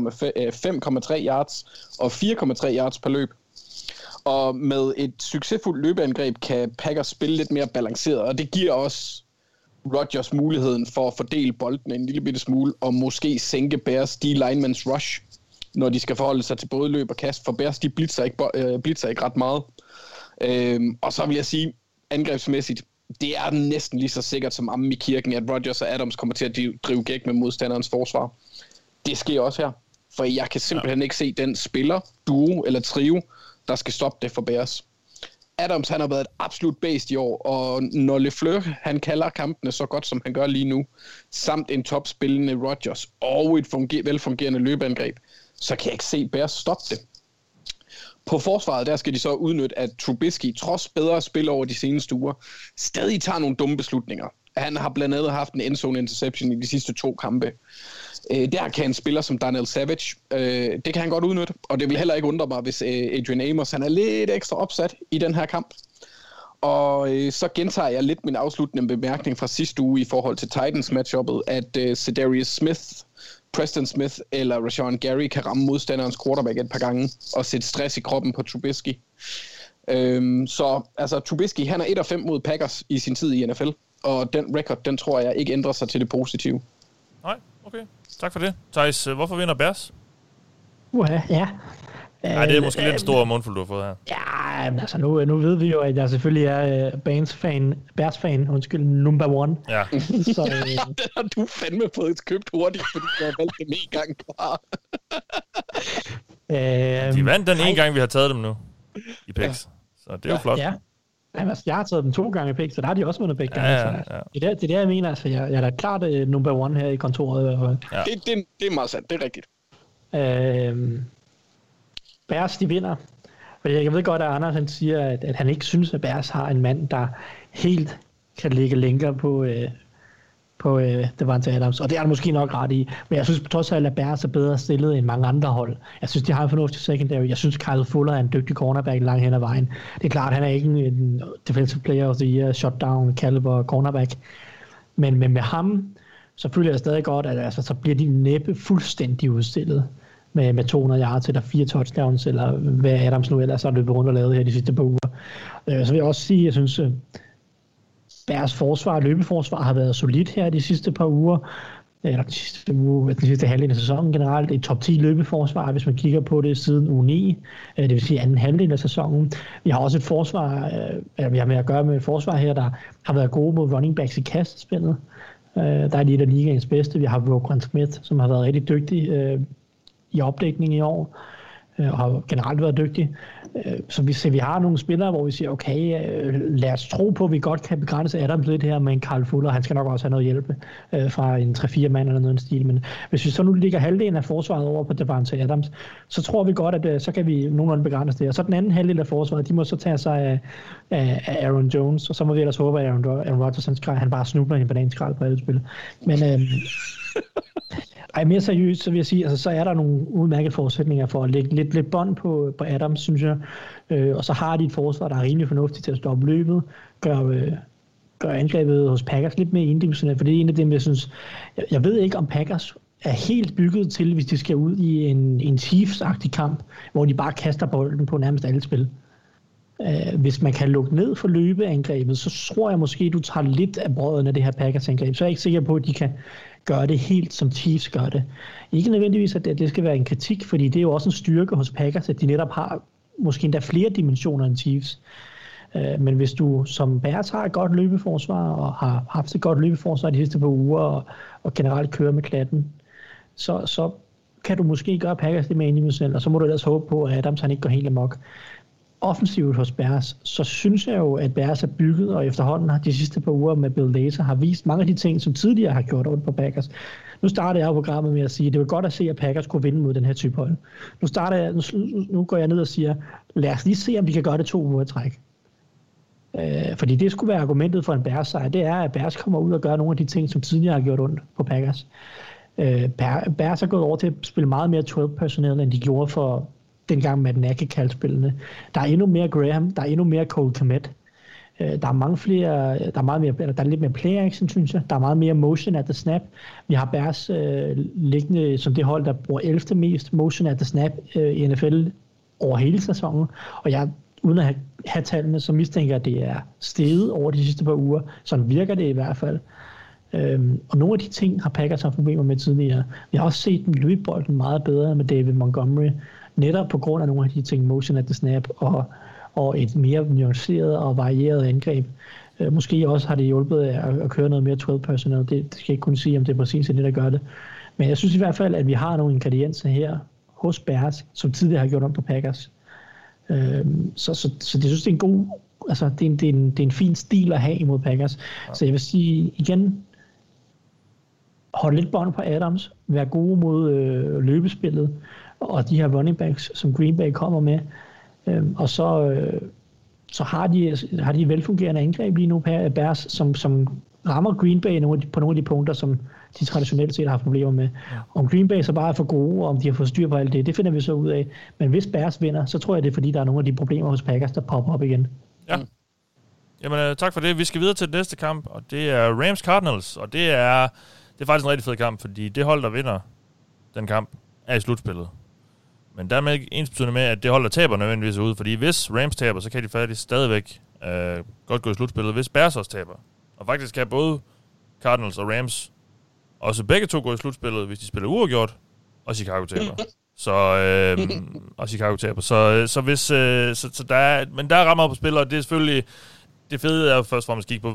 5,3 yards og 4,3 yards per løb. Og med et succesfuldt løbeangreb kan Packers spille lidt mere balanceret, og det giver også Rodgers muligheden for at fordele bolden en lille bitte smule og måske sænke Bears D-linemans rush. når de skal forholde sig til både løb og kast. For Bears, de blitzer ikke ret meget. Og så vil jeg sige, angrebsmæssigt, det er næsten lige så sikkert som ammen i kirken, at Rodgers og Adams kommer til at drive gæk med modstanderens forsvar. Det sker også her, for jeg kan simpelthen ikke se den spiller, duo eller trio, der skal stoppe det for Bears. Adams, han har været et absolut based i år, og når LeFleur, han kalder kampene så godt, som han gør lige nu, samt en topspillende Rodgers og et velfungerende løbeangreb, så kan jeg ikke se Bears stoppe det. På forsvaret, der skal de så udnytte, at Trubisky, trods bedre spil over de seneste uger, stadig tager nogle dumme beslutninger. Han har blandt andet haft en endzone interception i de sidste 2 kampe. Der kan en spiller som Daniel Savage, det kan han godt udnytte, og det vil heller ikke undre mig, hvis Adrian Amos han er lidt ekstra opsat i den her kamp. Og så gentager jeg lidt min afsluttende bemærkning fra sidste uge i forhold til Titans matchuppet, at Za'Darius Smith, Preston Smith eller Rashawn Gary kan ramme modstanderens quarterback et par gange og sætte stress i kroppen på Trubisky. Så altså, Trubisky, han er 1-5 mod Packers i sin tid i NFL, og den record, den tror jeg ikke ændrer sig til det positive. Nej, okay. Tak for det. Thijs, hvorfor vinder Bears? Ja. Nej, det er måske lidt en stor mundfuld, du har fået her. Ja, men altså nu ved vi jo, at jeg selvfølgelig er Bears-fan, number one. Ja. Så, Den har du fandme fået købt hurtigt, fordi du har valgt dem en gang bare. De vandt den ene gang, vi har taget dem nu i picks. Så det er jo flot. Ja. Jamen, altså, jeg har taget dem 2 gange i picks, så der har de også vundet begge gange. Ja. Det er det, jeg mener. Altså, jeg er da klart number one her i kontoret i hvert fald. Ja. Det er meget sandt, det er rigtigt. Bears, de vinder. Fordi jeg ved godt, at Anders han siger, at han ikke synes, at Bears har en mand, der helt kan lægge lænker på Davante Adams. Og det er der måske nok ret i. Men jeg synes trods alt, at Bears er bedre stillet end mange andre hold. Jeg synes, de har en fornuftig secondary. Jeg synes, Kyle Fuller er en dygtig cornerback langt hen ad vejen. Det er klart, han er ikke en defensive player of the year, shutdown, caliber cornerback. Men med ham, så føler jeg stadig godt, at altså, så bliver de næppe fuldstændig udstillet. Med 200 yards eller 4 touchdowns, eller hvad Adams nu ellers har løbet rundt og lavet her de sidste par uger. Så vil jeg også sige, at jeg synes, Bears løbeforsvar har været solidt her de sidste par uger, eller den sidste halvdel af sæsonen generelt. Et top 10 løbeforsvar, hvis man kigger på det siden uge 9, det vil sige anden halvdel af sæsonen. Vi har også et forsvar, vi har med at gøre med et forsvar her, der har været gode mod running backs i kastespillet. Der er de et af ligaens bedste. Vi har Roquan Smith, som har været rigtig dygtig i opdækning i år, og har generelt været dygtig. Så vi har nogle spillere, hvor vi siger, okay, lad os tro på, at vi godt kan begrænse Adams lidt her, men Kyle Fuller, han skal nok også have noget hjælp fra en 3-4 mand eller noget i stil. Men hvis vi så nu ligger halvdelen af forsvaret over på Davante Adams, så tror vi godt, at så kan vi nogenlunde begrænse det. Og så den anden halvdel af forsvaret, de må så tage sig af Aaron Jones, og så må vi ellers håbe, at Aaron Rodgers, han bare snubler i en bananskrald på alle spil. Men mere seriøst, så vil jeg sige, altså, så er der nogle udmærkede forudsætninger for at lægge lidt bånd på Adams, synes jeg. Og så har de et forsvar, der er rimelig fornuftigt til at stoppe løbet, gør angrebet hos Packers lidt mere individuelt, for det er en af dem, jeg synes, jeg ved ikke, om Packers er helt bygget til, hvis de skal ud i en Chiefs-agtig kamp, hvor de bare kaster bolden på nærmest alle spil. Hvis man kan lukke ned for løbeangrebet, så tror jeg måske, du tager lidt af brøden af det her Packers-angreb. Så er jeg ikke sikker på, at de kan gøre det helt, som Chiefs gør det. Ikke nødvendigvis, at det skal være en kritik, fordi det er jo også en styrke hos Packers, at de netop har måske endda flere dimensioner end Chiefs. Men hvis du som Bears har et godt løbeforsvar, og har haft et godt løbeforsvar de sidste par uger, og generelt kører med klatten, så kan du måske gøre Packers lidt mere individuelt, og så må du ellers håbe på, at Adams han ikke går helt amok. Offensivt hos Bears, så synes jeg jo, at Bears er bygget, og efterhånden har de sidste par uger med Bill Lazor har vist mange af de ting, som tidligere har gjort ondt på Packers. Nu starter jeg jo programmet med at sige, at det var godt at se, at Packers kunne vinde mod den her type hold. Nu går jeg ned og siger, lad os lige se, om de kan gøre det 2 uger i træk. Fordi det skulle være argumentet for en Bears sejr, det er, at Bears kommer ud og gør nogle af de ting, som tidligere har gjort ondt på Packers. Bears har gået over til at spille meget mere 12 personnel, end de gjorde for dengang med Nagy kaldte spillene. Der er endnu mere Graham, der er endnu mere Cole Kmet. Der er mange flere, der er lidt mere play action, synes jeg. Der er meget mere motion at the snap. Vi har Bears liggende som det hold, der bruger 11. mest motion at the snap i NFL over hele sæsonen. Og jeg, uden at have tallene, så mistænker jeg, at det er steget over de sidste par uger. Sådan virker det i hvert fald. Og nogle af de ting har Packers haft problemer med tidligere. Vi har også set dem løbe bolden meget bedre med David Montgomery, netop på grund af nogle af de ting, motion at the snap, og et mere nuanceret og varieret angreb. Måske også har det hjulpet at køre noget mere 12 personnel. Det skal jeg ikke kunne sige, om det er præcis det, der gør det. Men jeg synes i hvert fald, at vi har nogle ingredienser her hos Bears, som tidligere har gjort om på Packers. Så det synes det er en god, altså det er en fin stil at have imod Packers. Ja. Så jeg vil sige igen, hold lidt bånd på Adams, vær gode mod løbespillet og de her running backs, som Green Bay kommer med, og så har de velfungerende angreb lige nu på Bears, som rammer Green Bay på nogle af de punkter, som de traditionelt set har haft problemer med. Om Green Bay så bare er for gode, og om de har fået styr på alt det finder vi så ud af. Men hvis Bears vinder, så tror jeg, det er fordi, der er nogle af de problemer hos Packers, der popper op igen. Ja. Jamen, tak for det. Vi skal videre til det næste kamp, og det er Rams-Cardinals, og det er faktisk en rigtig fed kamp, fordi det hold, der vinder den kamp, er i slutspillet. Men dermed ikke ensbetydende med, at det hold, der taber nødvendigvis ud, fordi hvis Rams taber, så kan de faktisk stadigvæk godt gå i slutspillet, hvis Bears også taber. Og faktisk kan både Cardinals og Rams også begge to gå i slutspillet, hvis de spiller uafgjort, og Chicago taber. Og Chicago taber. Så hvis så der er, men der er rammer på spil, og det er selvfølgelig det fede er jo først for at kigge på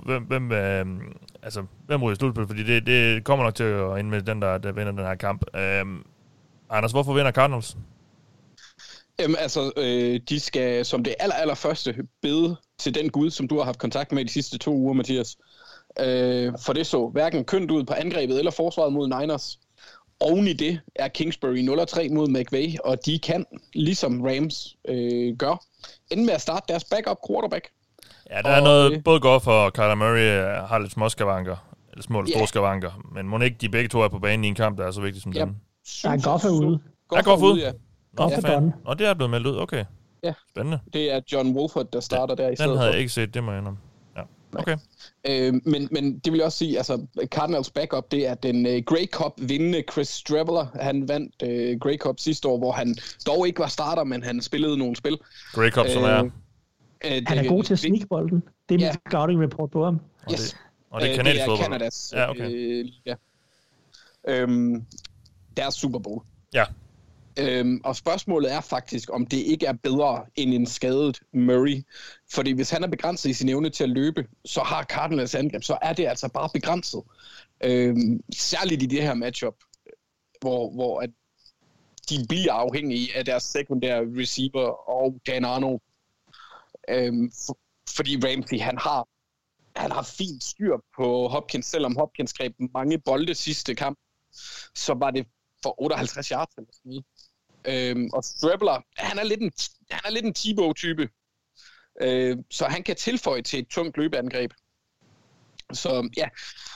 hvem ryger i slutspillet, fordi det kommer nok til at ind med den der vinder den her kamp. Anders, hvorfor vinder Cardinals? Jamen altså, de skal som det allerførste bede til den Gud, som du har haft kontakt med de sidste 2 uger, Mathias. For det så hverken kønt ud på angrebet eller forsvaret mod Niners. Oven i det er Kingsbury 0-3 mod McVay, og de kan, ligesom Rams gør, ende med at starte deres backup quarterback. Ja, der er noget, både Goff og Kyler Murray har lidt småskavanker, eller små eller store skavanker, men må ikke de begge to er på banen i en kamp, der er så vigtig som den? Ja, Goff er ude. Goff er ude? Ja. Goff er done. Og det er blevet meldt ud, okay. Ja. Spændende. Det er John Wolford, der starter der i stedet. Den havde jeg ikke set, det må jeg indrømme. Ja, okay. Men det vil jeg også sige, altså Cardinals backup, det er den Grey Cup vindende Chris Streveler. Han vandt Grey Cup sidste år, hvor han dog ikke var starter, men han spillede nogle spil. Grey Cup, som er... Han er god til at sneak bolden. Det er min scouting report på ham. Og det er kanadisk fodbold. Kanadas. Ja, okay. Deres Super Bowl. Ja. Og spørgsmålet er faktisk, om det ikke er bedre end en skadet Murray. Fordi hvis han er begrænset i sin evne til at løbe, så har Cardinals angreb, så er det altså bare begrænset. Særligt i det her matchup, hvor at de bliver afhængige af deres sekundære receiver og Dan Arnold. Fordi Ramsey, han har fint styr på Hopkins, selvom Hopkins greb mange bolde sidste kamp, så var det for 58 yards eller sådan noget. Og Streveler, han er lidt en Tebow-type, så han kan tilføje til et tungt løbeangreb. Så ja,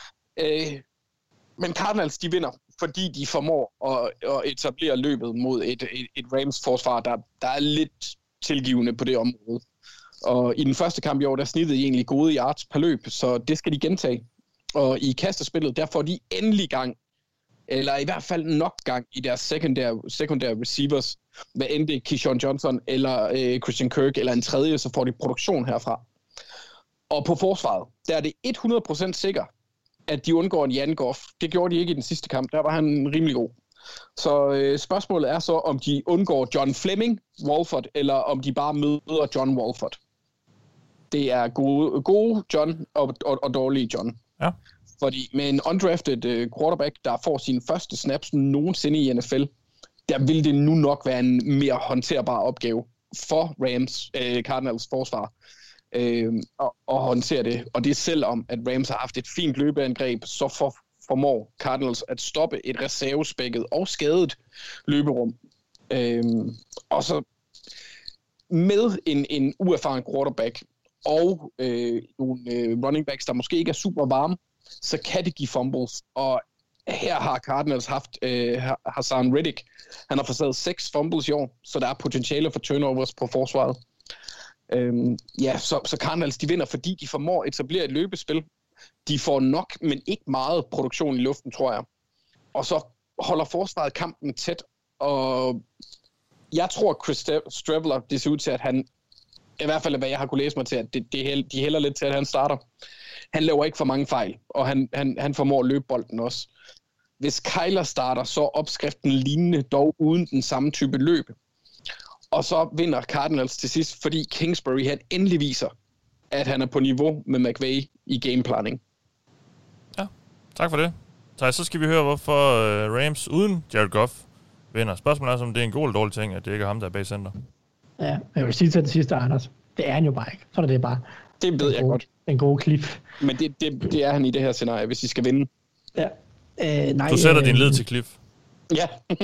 men Cardinals, de vinder, fordi de formår at etablere løbet mod et Rams-forsvar, der er lidt tilgivende på det område. Og i den første kamp i år, der snittede de egentlig gode yards per løb, så det skal de gentage. Og i kastespillet, der får de endelig gang, eller i hvert fald nok gang i deres sekundære receivers, hvad end det er Keyshawn Johnson eller Christian Kirk eller en tredje, så får de produktion herfra. Og på forsvaret, der er det 100% sikker, at de undgår en Jan Goff. Det gjorde de ikke i den sidste kamp, der var han rimelig god. Så spørgsmålet er så, om de undgår John Fleming, Wolford, eller om de bare møder John Wolford. Det er gode John og dårlige John. Ja. Fordi med en undrafted quarterback, der får sine første snaps nogensinde i NFL, der vil det nu nok være en mere håndterbar opgave for Cardinals forsvar at håndtere det. Og det er selvom, at Rams har haft et fint løbeangreb, så formår Cardinals at stoppe et reservespækket og skadet løberum. Og så med en uerfaren quarterback og nogle running backs, der måske ikke er super varme, så kan det give fumbles. Og her har Cardinals haft Hassan Reddick. Han har forsaget 6 fumbles i år, så der er potentiale for turnovers på forsvaret. Så Cardinals, de vinder, fordi de formår at etablere et løbespil. De får nok, men ikke meget produktion i luften, tror jeg. Og så holder forsvaret kampen tæt. Og jeg tror, Chris Streveler, det ser ud til, at han i hvert fald hvad jeg har kunne læse mig til, at de hælder lidt til, at han starter. Han laver ikke for mange fejl, og han formår at løbe bolden også. Hvis Kyler starter, så er opskriften lignende, dog uden den samme type løb. Og så vinder Cardinals til sidst, fordi Kingsbury han endelig viser, at han er på niveau med McVay i gameplanning. Ja, tak for det. Så skal vi høre, hvorfor Rams uden Jared Goff vinder. Spørgsmålet er, om det er en god eller dårlig ting, at det ikke er ham, der er bag center. Ja, jeg vil sige til det sidste, Anders. Det er han jo bare ikke. Så er det bare. Det ved jeg godt. En god Cliff. Men det er han i det her scenarie, hvis de skal vinde. Ja. Nej, du sætter din lid til Cliff. Ja.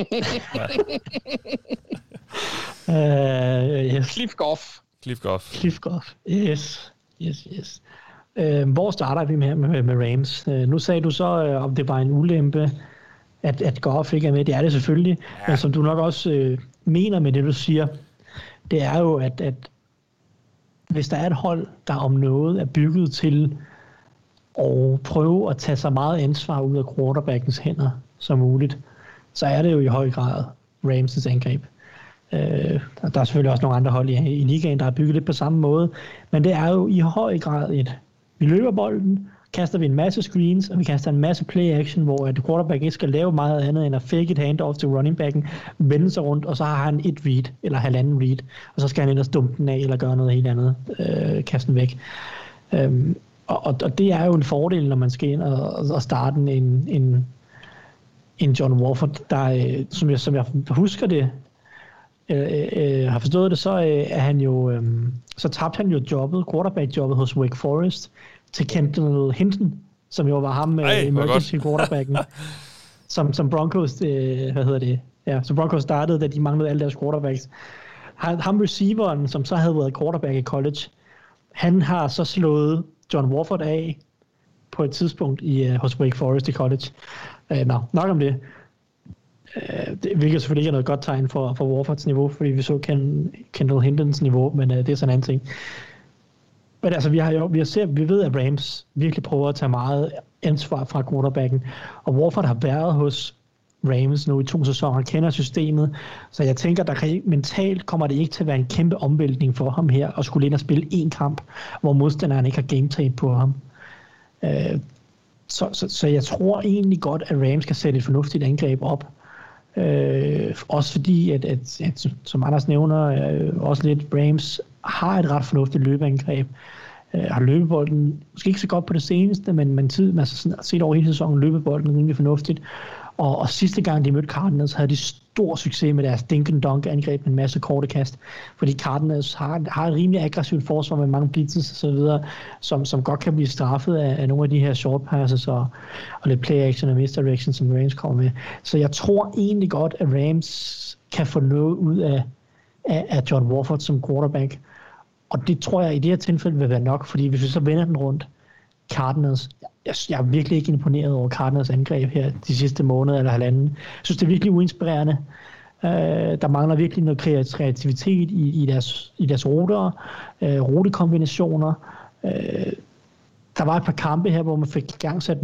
Yes. Cliff Goff. Cliff Goff. Yes. Hvor starter vi med Rams? Nu sagde du så, om det var en ulempe, at Goff ikke er med. Det er det selvfølgelig. Ja. Men som du nok også mener med det, du siger, det er jo, at hvis der er et hold, der om noget er bygget til at prøve at tage så meget ansvar ud af quarterbackens hænder som muligt, så er det jo i høj grad Rams' angreb. Der er selvfølgelig også nogle andre hold i ligaen, der er bygget lidt på samme måde, men det er jo i høj grad vi løber bolden, kaster vi en masse screens, og vi kaster en masse play-action, hvor at quarterback ikke skal lave meget andet end at fake et handoff til running backen, vende sig rundt, og så har han et read, eller halvanden read, og så skal han ind og stumpe den af, eller gøre noget helt andet, kaste den væk. Og det er jo en fordel, når man skal ind og starte en John Wolford, der, som jeg husker det, har forstået det, så er han jo, så tabte han jo quarterback-jobbet hos Wake Forest, til Kendall Hinton, som jo var ham emergency quarterbacken, som Broncos, så Broncos startede, da de manglede alle deres quarterbacks. Ham receiveren, som så havde været quarterback i college, han har så slået John Wolford af på et tidspunkt hos Wake Forest i college. Nok om det. Hvilket selvfølgelig ikke er noget godt tegn for Wolfords niveau, fordi vi så Kendall Hintons niveau, men det er sådan en anden ting. Men altså, vi ved, at Rams virkelig prøver at tage meget ansvar fra quarterbacken, og Wolford har været hos Rams nu i 2 sæsoner, kender systemet, så jeg tænker, mentalt kommer det ikke til at være en kæmpe omvæltning for ham her, og skulle ind og spille en kamp, hvor modstanderen ikke har game-tape på ham. Så jeg tror egentlig godt, at Rams kan sætte et fornuftigt angreb op. Også fordi, at som Anders nævner, også lidt, Rams har et ret fornuftigt løbeangreb. Har løbebolden måske ikke så godt på det seneste, men set over hele sæsonen løbebolden rimelig fornuftigt. Og sidste gang de mødte Cardinals, havde de stor succes med deres dink-and-dunk-angreb med en masse korte kast, fordi Cardinals har et rimelig aggressivt forsvar med mange blitzes og så videre, som godt kan blive straffet af nogle af de her short passes og lidt play-action og misdirection, som Rams kommer med. Så jeg tror egentlig godt, at Rams kan få noget ud af John Wolford som quarterback, og det tror jeg i det her tilfælde vil være nok, fordi hvis vi så vender den rundt, Cardinals, jeg er virkelig ikke imponeret over Cardinals angreb her de sidste måneder eller halvanden. Jeg synes, det er virkelig uinspirerende. Der mangler virkelig noget kreativitet i deres ruter, rutekombinationer. Der var et par kampe her, hvor man fik igangsat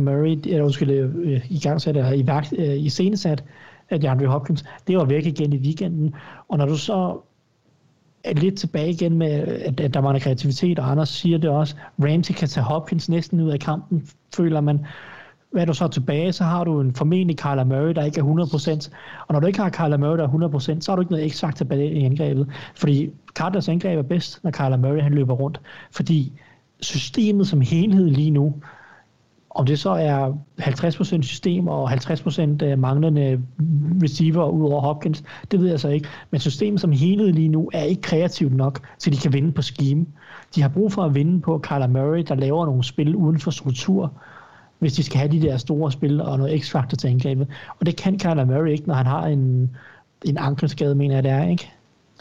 iscenesat DeAndre Hopkins. Det var væk igen i weekenden. Og når du så er lidt tilbage igen med, at der mangler kreativitet, og Anders siger det også, Ramsey kan tage Hopkins næsten ud af kampen, føler man. Hvad er du så tilbage, så har du en formentlig Kyler Murray, der ikke er 100%. Og når du ikke har Kyler Murray, der er 100%, så har du ikke noget eksakt tilbage i angrebet. Fordi Cardinals angreb er bedst, når Kyler Murray han løber rundt. Fordi systemet som helhed lige nu, om det så er 50% system og 50% manglende receiver ud over Hopkins, det ved jeg så ikke. Men systemet som helhed lige nu er ikke kreativt nok, så de kan vinde på scheme. De har brug for at vinde på Kyler Murray, der laver nogle spil uden for struktur, hvis de skal have de der store spil og noget x-faktor til angrebet. Og det kan Kyler Murray ikke, når han har en ankelskade, mener jeg det er, ikke?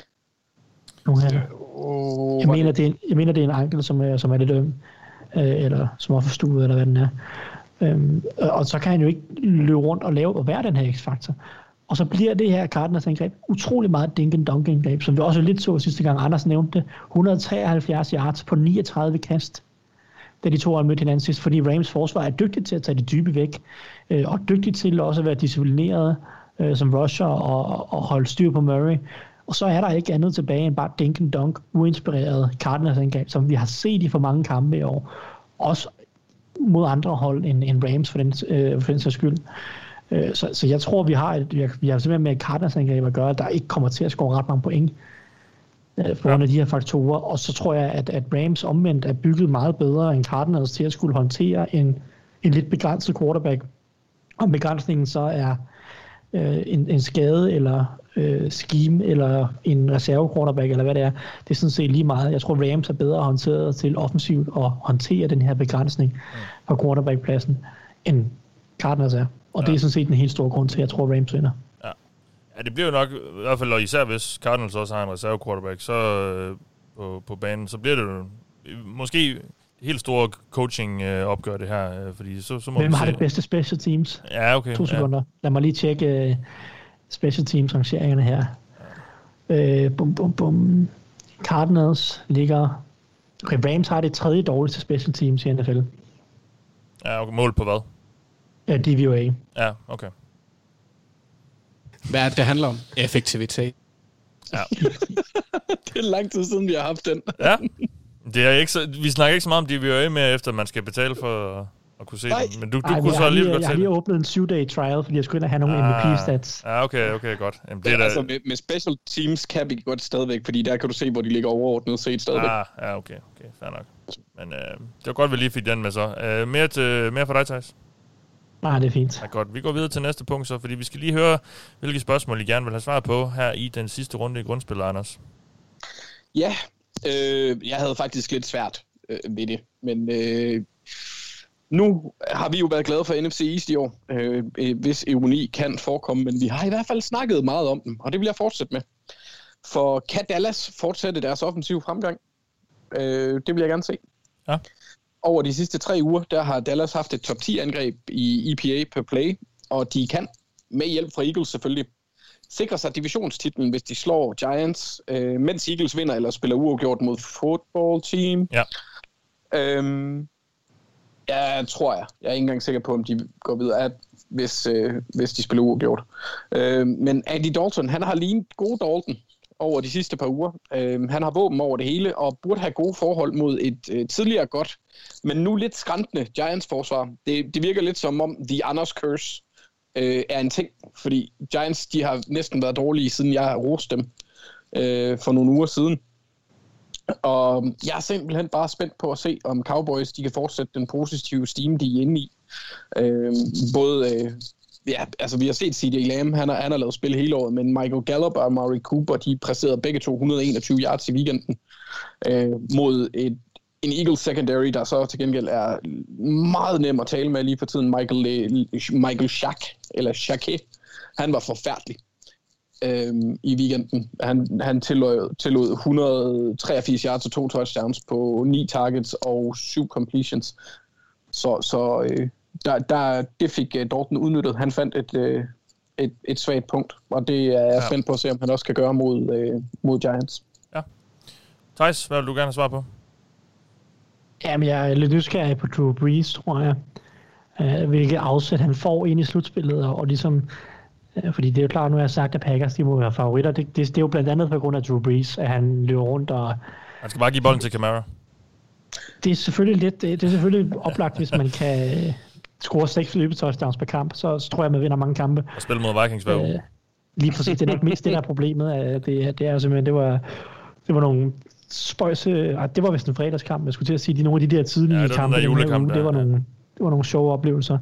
Jeg mener, det er en ankel, som er lidt øm. Eller som er forstuet, eller hvad den er. Og så kan han jo ikke løbe rundt og være den her x-faktor. Og så bliver det her Cardinals angreb utrolig meget dink-and-dunk-angreb, som vi også lidt så sidste gang Anders nævnte det. 173 yards på 39 kast, da de to har mødt hinanden sidst, fordi Rams forsvar er dygtigt til at tage de dybe væk, og dygtigt til også at være disciplineret som rusher og holde styr på Murray. Og så er der ikke andet tilbage end bare dink and dunk, uinspireret Cardinals-angreb, som vi har set i for mange kampe i år. Også mod andre hold end Rams for den sags skyld. Så jeg tror, vi har simpelthen med Cardinals-angreb at gøre, der ikke kommer til at score ret mange point på grund af de her faktorer. Og så tror jeg, at Rams omvendt er bygget meget bedre end Cardinals til at skulle håndtere en lidt begrænset quarterback. Om begrænsningen så er en skade eller scheme eller en reserve quarterback eller hvad det er sådan set lige meget. Jeg tror Rams er bedre håndteret til offensivt at håndtere den her begrænsning på quarterbackpladsen end Cardinals er. Og det er sådan set en helt stor grund til, at jeg tror Rams vinder. Ja, det bliver jo nok, i hvert fald, og især hvis Cardinals også har en reserve quarterback, så på banen, så bliver det jo måske helt store coaching opgør det her, fordi så må hvem har det bedste special teams? Ja, okay. 2 sekunder. Ja. Lad mig lige tjekke special teams rangeringerne her. Cardinals ligger... Okay, Rams har det 3. dårligste special teams i NFL. Ja, okay. Mål på hvad? Ja, DVOA. Ja, okay. Hvad er det handler om? Effektivitet. Ja. Det er lang tid siden, vi har haft den. Ja. Det er ikke så, vi snakker ikke så meget om DVOA mere, efter man skal betale for at kunne se dem. Men du kunne så alligevel godt se. Jeg har lige åbnet en 7-day trial, fordi jeg skulle ind og have nogle MVP-stats. Ja, okay, godt. Jamen, det er altså med special teams kan vi godt stadigvæk, fordi der kan du se, hvor de ligger overordnet set stadigvæk. Ja, okay, fair nok. Men det var godt, at vi lige fik den med så. Mere for dig, Theis? Nej, det er fint. Ja, godt. Vi går videre til næste punkt så, fordi vi skal lige høre, hvilke spørgsmål I gerne vil have svar på her i den sidste runde i grundspillet, Anders. Ja, jeg havde faktisk lidt svært ved det, men nu har vi jo været glade for NFC East i år, hvis ironi kan forekomme, men vi har i hvert fald snakket meget om dem, og det vil jeg fortsætte med. For kan Dallas fortsætte deres offensive fremgang? Det vil jeg gerne se. Ja. Over de sidste 3 uger, der har Dallas haft et top 10-angreb i EPA per play, og de kan, med hjælp fra Eagles selvfølgelig, sikre sig divisionstitlen, hvis de slår Giants, mens Eagles vinder eller spiller uafgjort mod football team. Ja. Jeg tror jeg. Jeg er ikke engang sikker på, om de går videre, hvis de spiller uafgjort. Men Andy Dalton, han har lignet gode Dalton over de sidste par uger. Han har våben over det hele, og burde have gode forhold mod et tidligere godt, men nu lidt skrantende Giants-forsvar. Det virker lidt som om The Anders Curse er en ting, fordi Giants, de har næsten været dårlige, siden jeg roste dem for nogle uger siden. Og jeg er simpelthen bare spændt på at se, om Cowboys de kan fortsætte den positive steam, de er inde i. Vi har set CeeDee Lamb, han har lavet spil hele året, men Michael Gallup og Amari Cooper, de præsterede begge 121 yards i weekenden mod en Eagles secondary, der så til gengæld er meget nem at tale med lige for tiden. Michael Shake, han var forfærdelig i weekenden. Han tillod 183 yards og 2 touchdowns på 9 targets og 7 completions. Så det fik Dalton udnyttet. Han fandt et svagt punkt, og det er jeg spændt på at se, om han også kan gøre mod Giants. Ja. Theis, hvad vil du gerne svare på? Jamen, jeg er lidt nysgerrig på Drew Brees, tror jeg. Hvilket afsæt han får ind i slutspillet, og ligesom... Fordi det er jo klart, nu har jeg sagt, at Packers de må være favoritter. Det er jo blandt andet på grund af Drew Brees, at han løber rundt og... Han skal bare give bolden til Kamara. Det er selvfølgelig oplagt, hvis man kan score 6 løbetouchdowns per kamp, så tror jeg, man vinder mange kampe. Og spille mod Vikings hver uge. Lige præcis, det er nok mindst det, der er problemet. Det er jo simpelthen, det var nogle spøjse... Det var vist en fredagskamp, jeg skulle til at sige. Nogle af de der tidlige kampe, det var nogle sjove oplevelser.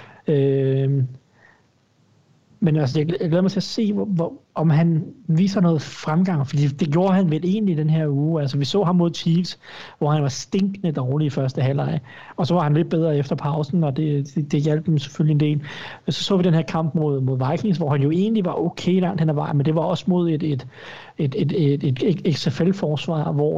Men altså, jeg glæder mig til at se, om han viser noget fremgang, fordi det gjorde han vel egentlig den her uge. Altså, vi så ham mod Chiefs, hvor han var stinkende dårlig i første halvleg, og så var han lidt bedre efter pausen, og det hjalp dem selvfølgelig en del. Så vi den her kamp mod Vikings, hvor han jo egentlig var okay langt hen ad vejen, men det var også mod et XFL-forsvar, hvor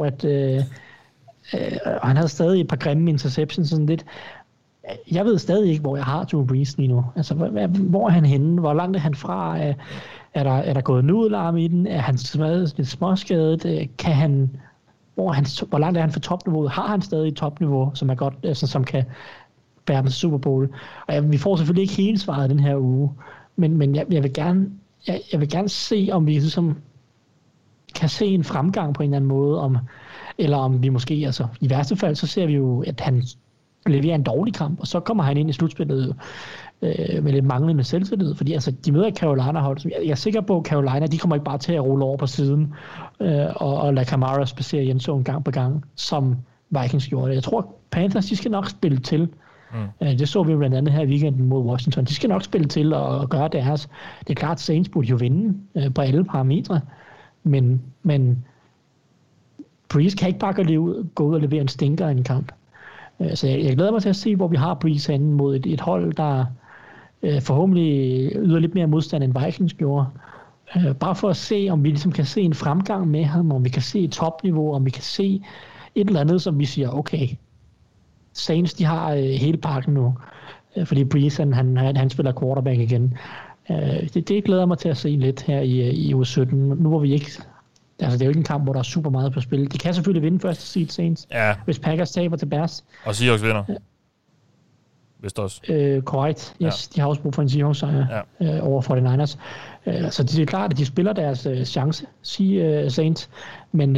han havde stadig et par grimme interceptions, sådan lidt. Jeg ved stadig ikke, hvor jeg har Drew Brees lige nu. Altså, hvor er han henne? Hvor langt er han fra? Er der gået nudelarm i den? Er han lidt småskadet? Hvor langt er han fra topniveauet? Har han stadig et topniveau, som er godt, altså, som kan bære den Super Bowl? Og vi får selvfølgelig ikke hele svaret den her uge, men jeg vil gerne se, om vi ligesom kan se en fremgang på en eller anden måde, eller om vi måske, altså i værste fald, så ser vi jo, at han leverer en dårlig kamp, og så kommer han ind i slutspillet med lidt manglende selvtillid, fordi altså, de møder Carolina-hold, som jeg er sikker på, at Carolina, de kommer ikke bare til at rulle over på siden, og lade Kamara spacere Jensen gang på gang, som Vikings gjorde det. Jeg tror, Panthers, de skal nok spille til. Det så vi blandt andet her i weekenden mod Washington. De skal nok spille til og gøre deres. Det er klart, Saints burde jo vinde på alle parametre, men Breeze kan ikke bare gå ud og levere en stinker i en kamp. Så jeg glæder mig til at se, hvor vi har Breeze henne mod et hold, der forhåbentlig yder lidt mere modstand, end Vikings gjorde. Bare for at se, om vi ligesom kan se en fremgang med ham, om vi kan se et topniveau, om vi kan se et eller andet, som vi siger, okay, Saints, de har hele pakken nu, fordi Breeze, han spiller quarterback igen. Det glæder mig til at se lidt her i uge 17. Nu hvor vi ikke... Altså, det er jo ikke en kamp, hvor der er super meget på spil. De kan selvfølgelig vinde første seed Saints, hvis Packers taber til Bears. Og Seahawks vinder. Vist også. Korrekt. Yes, de har også brug for en Seahawks-sejr over 49ers. Så det er klart, at de spiller deres chance, Saints. Men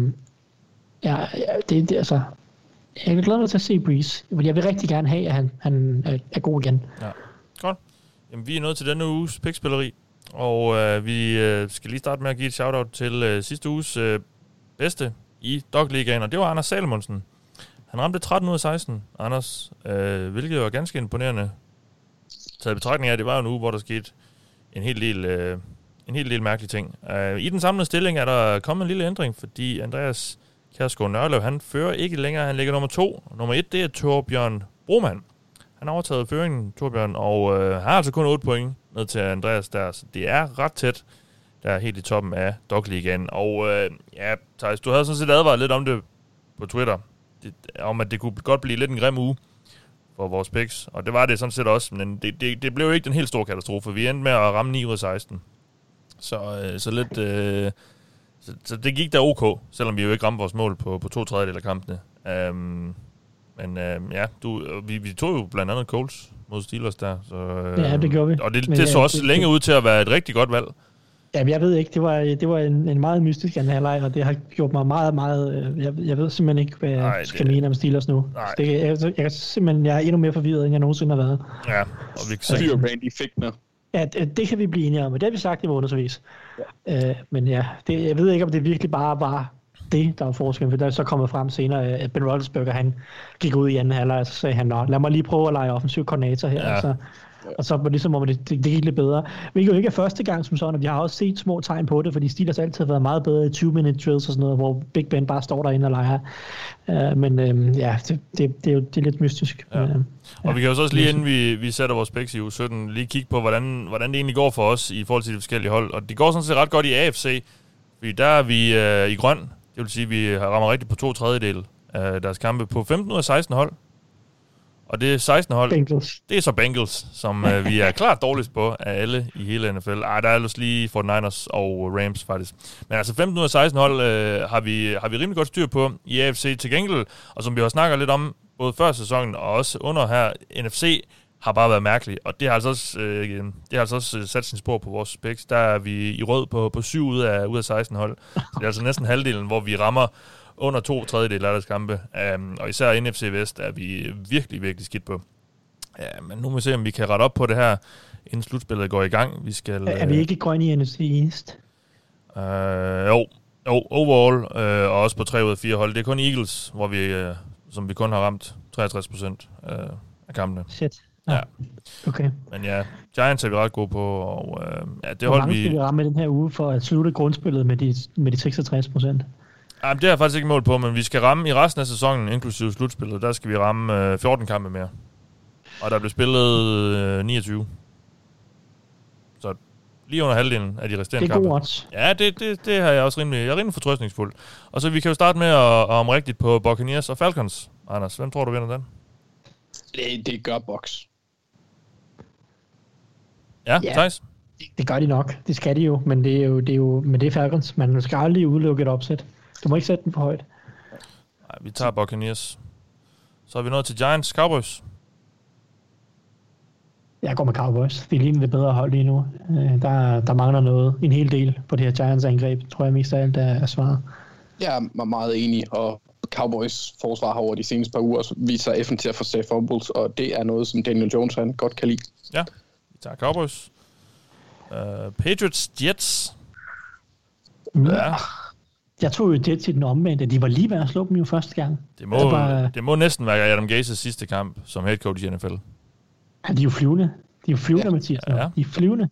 det altså... Jeg glæder mig til at se Breeze, fordi jeg vil rigtig gerne have, at han er god igen. Ja, godt. Jamen, vi er nået til denne uges pikspilleri, og vi skal lige starte med at give et shout-out til sidste uges bedste i Dog-ligaen, og det var Anders Salomonsen. Han ramte 13 ud af 16, Anders, hvilket var ganske imponerende. Taget betragtning af, at det var en uge, hvor der skete en hel del mærkelige ting. I den samlede stilling er der kommet en lille ændring, fordi Andreas Kjærsgaard Nørlev, han fører ikke længere, han ligger nummer 2. Nummer 1, det er Torbjørn Broman. Han har overtaget føringen, Torbjørn, og har altså kun 8 point ned til Andreas der, så det er ret tæt, der er helt i toppen af Dog-ligaen. Og Thijs, du havde sådan set advaret lidt om det på Twitter, om at det kunne godt blive lidt en grim uge for vores picks, og det var det sådan set også, men det blev jo ikke den helt store katastrofe. Vi endte med at ramme 9 ud af 16. Så lidt... Så det gik da ok, selvom vi jo ikke ramte vores mål på 2/3 af kampene. Vi tog jo blandt andet Colts mod Steelers der. Så, ja, det gjorde vi. Og det så også længe ud til at være et rigtig godt valg. Jamen, jeg ved ikke. Det var en meget mystisk anden halvleg, og det har gjort mig meget, meget... Jeg ved simpelthen ikke, hvad jeg skal mene om Steelers nu. Jeg er endnu mere forvirret, end jeg nogensinde har været. Ja, og vi kan se... Randy Fichtner. Ja, det kan vi blive enige om, og det har vi sagt i månedsvis. Men ja, jeg ved ikke, om det virkelig bare var det, der var forskellen, for der er så kommet frem senere, at Ben Roethlisberger, han gik ud i anden halvleg, og så sagde han, lad mig lige prøve at lege offensiv koordinator her, ja. Og så var det ligesom, om det gik lidt bedre. Hvilket jo ikke er første gang som sådan, og vi har også set små tegn på det, fordi Steelers altid har været meget bedre i 20-minute drills og sådan noget, hvor Big Ben bare står derinde og leger. Det er lidt mystisk. Ja. Og vi kan jo så også lige, inden vi sætter vores picks i uge 17, lige kigge på, hvordan det egentlig går for os i forhold til de forskellige hold. Og det går sådan set ret godt i AFC, fordi der er vi i grøn. Det vil sige, at vi rammer rigtigt på 2/3 af deres kampe på 15 ud af 16 hold. Og det er 16 hold. Bengals. Det er så Bengals, som vi er klart dårligst på af alle i hele NFL. Der er ellers lige 49ers og Rams faktisk. Men altså 15 ud af 16 hold har vi rimelig godt styr på i AFC til gengæld. Og som vi har snakket lidt om, både før sæsonen og også under her, NFC har bare været mærkeligt. Og det har altså også sat sin spor på vores picks. Der er vi i rød på 7 ud af 16 hold. Så det er altså næsten halvdelen, hvor vi rammer under 2/3 af deres kampe. Og især NFC Vest er vi virkelig, virkelig skidt på. Men nu må vi se, om vi kan rette op på det her, inden slutspillet går i gang. Er vi ikke grønne i NFC East? Jo, overall, og også på 3 ud af 4 hold. Det er kun Eagles, hvor som vi kun har ramt 63% af kampene. Shit. Ja. Okay. Men ja, Giants er vi ret gode på, og det hvor mange skal vi ramme den her uge for at slutte grundspillet med de 66%? Jamen, det har jeg faktisk ikke mål på, men vi skal ramme i resten af sæsonen, inklusive slutspillet, der skal vi ramme 14 kampe mere. Og der bliver spillet 29. Så lige under halvdelen af de resterende kampe. Det er god odds. Ja, det har jeg også rimelig fortrøstningsfuld. Og så vi kan jo starte med at om rigtigt på Buccaneers og Falcons. Anders, hvem tror du vinder den? Det gør Bucs. Ja, Thijs? Det gør de nok. Det skal de jo, men det er Falcons. Man skal aldrig udelukke et opsæt. Du må ikke sætte den for højt. Nej, vi tager Buccaneers. Så er vi nået til Giants Cowboys. Jeg går med Cowboys. Det ligner det bedre hold lige nu. Der mangler noget. En hel del på det her Giants-angreb, tror jeg mest af alt er svaret. Jeg er meget enig, og Cowboys forsvar har over de seneste par uger vist sig effektivt til at få safe fumbles, og det er noget, som Daniel Jones han godt kan lide. Ja, vi tager Cowboys. Patriots, Jets. Ja. Jeg tog jo Jets i den omvendte. De var lige ved at slå dem jo første gang. Det må næsten være Adam Gases sidste kamp som head coach i NFL. Ja, de er jo flyvende. Mathias. Ja. De er flyvende.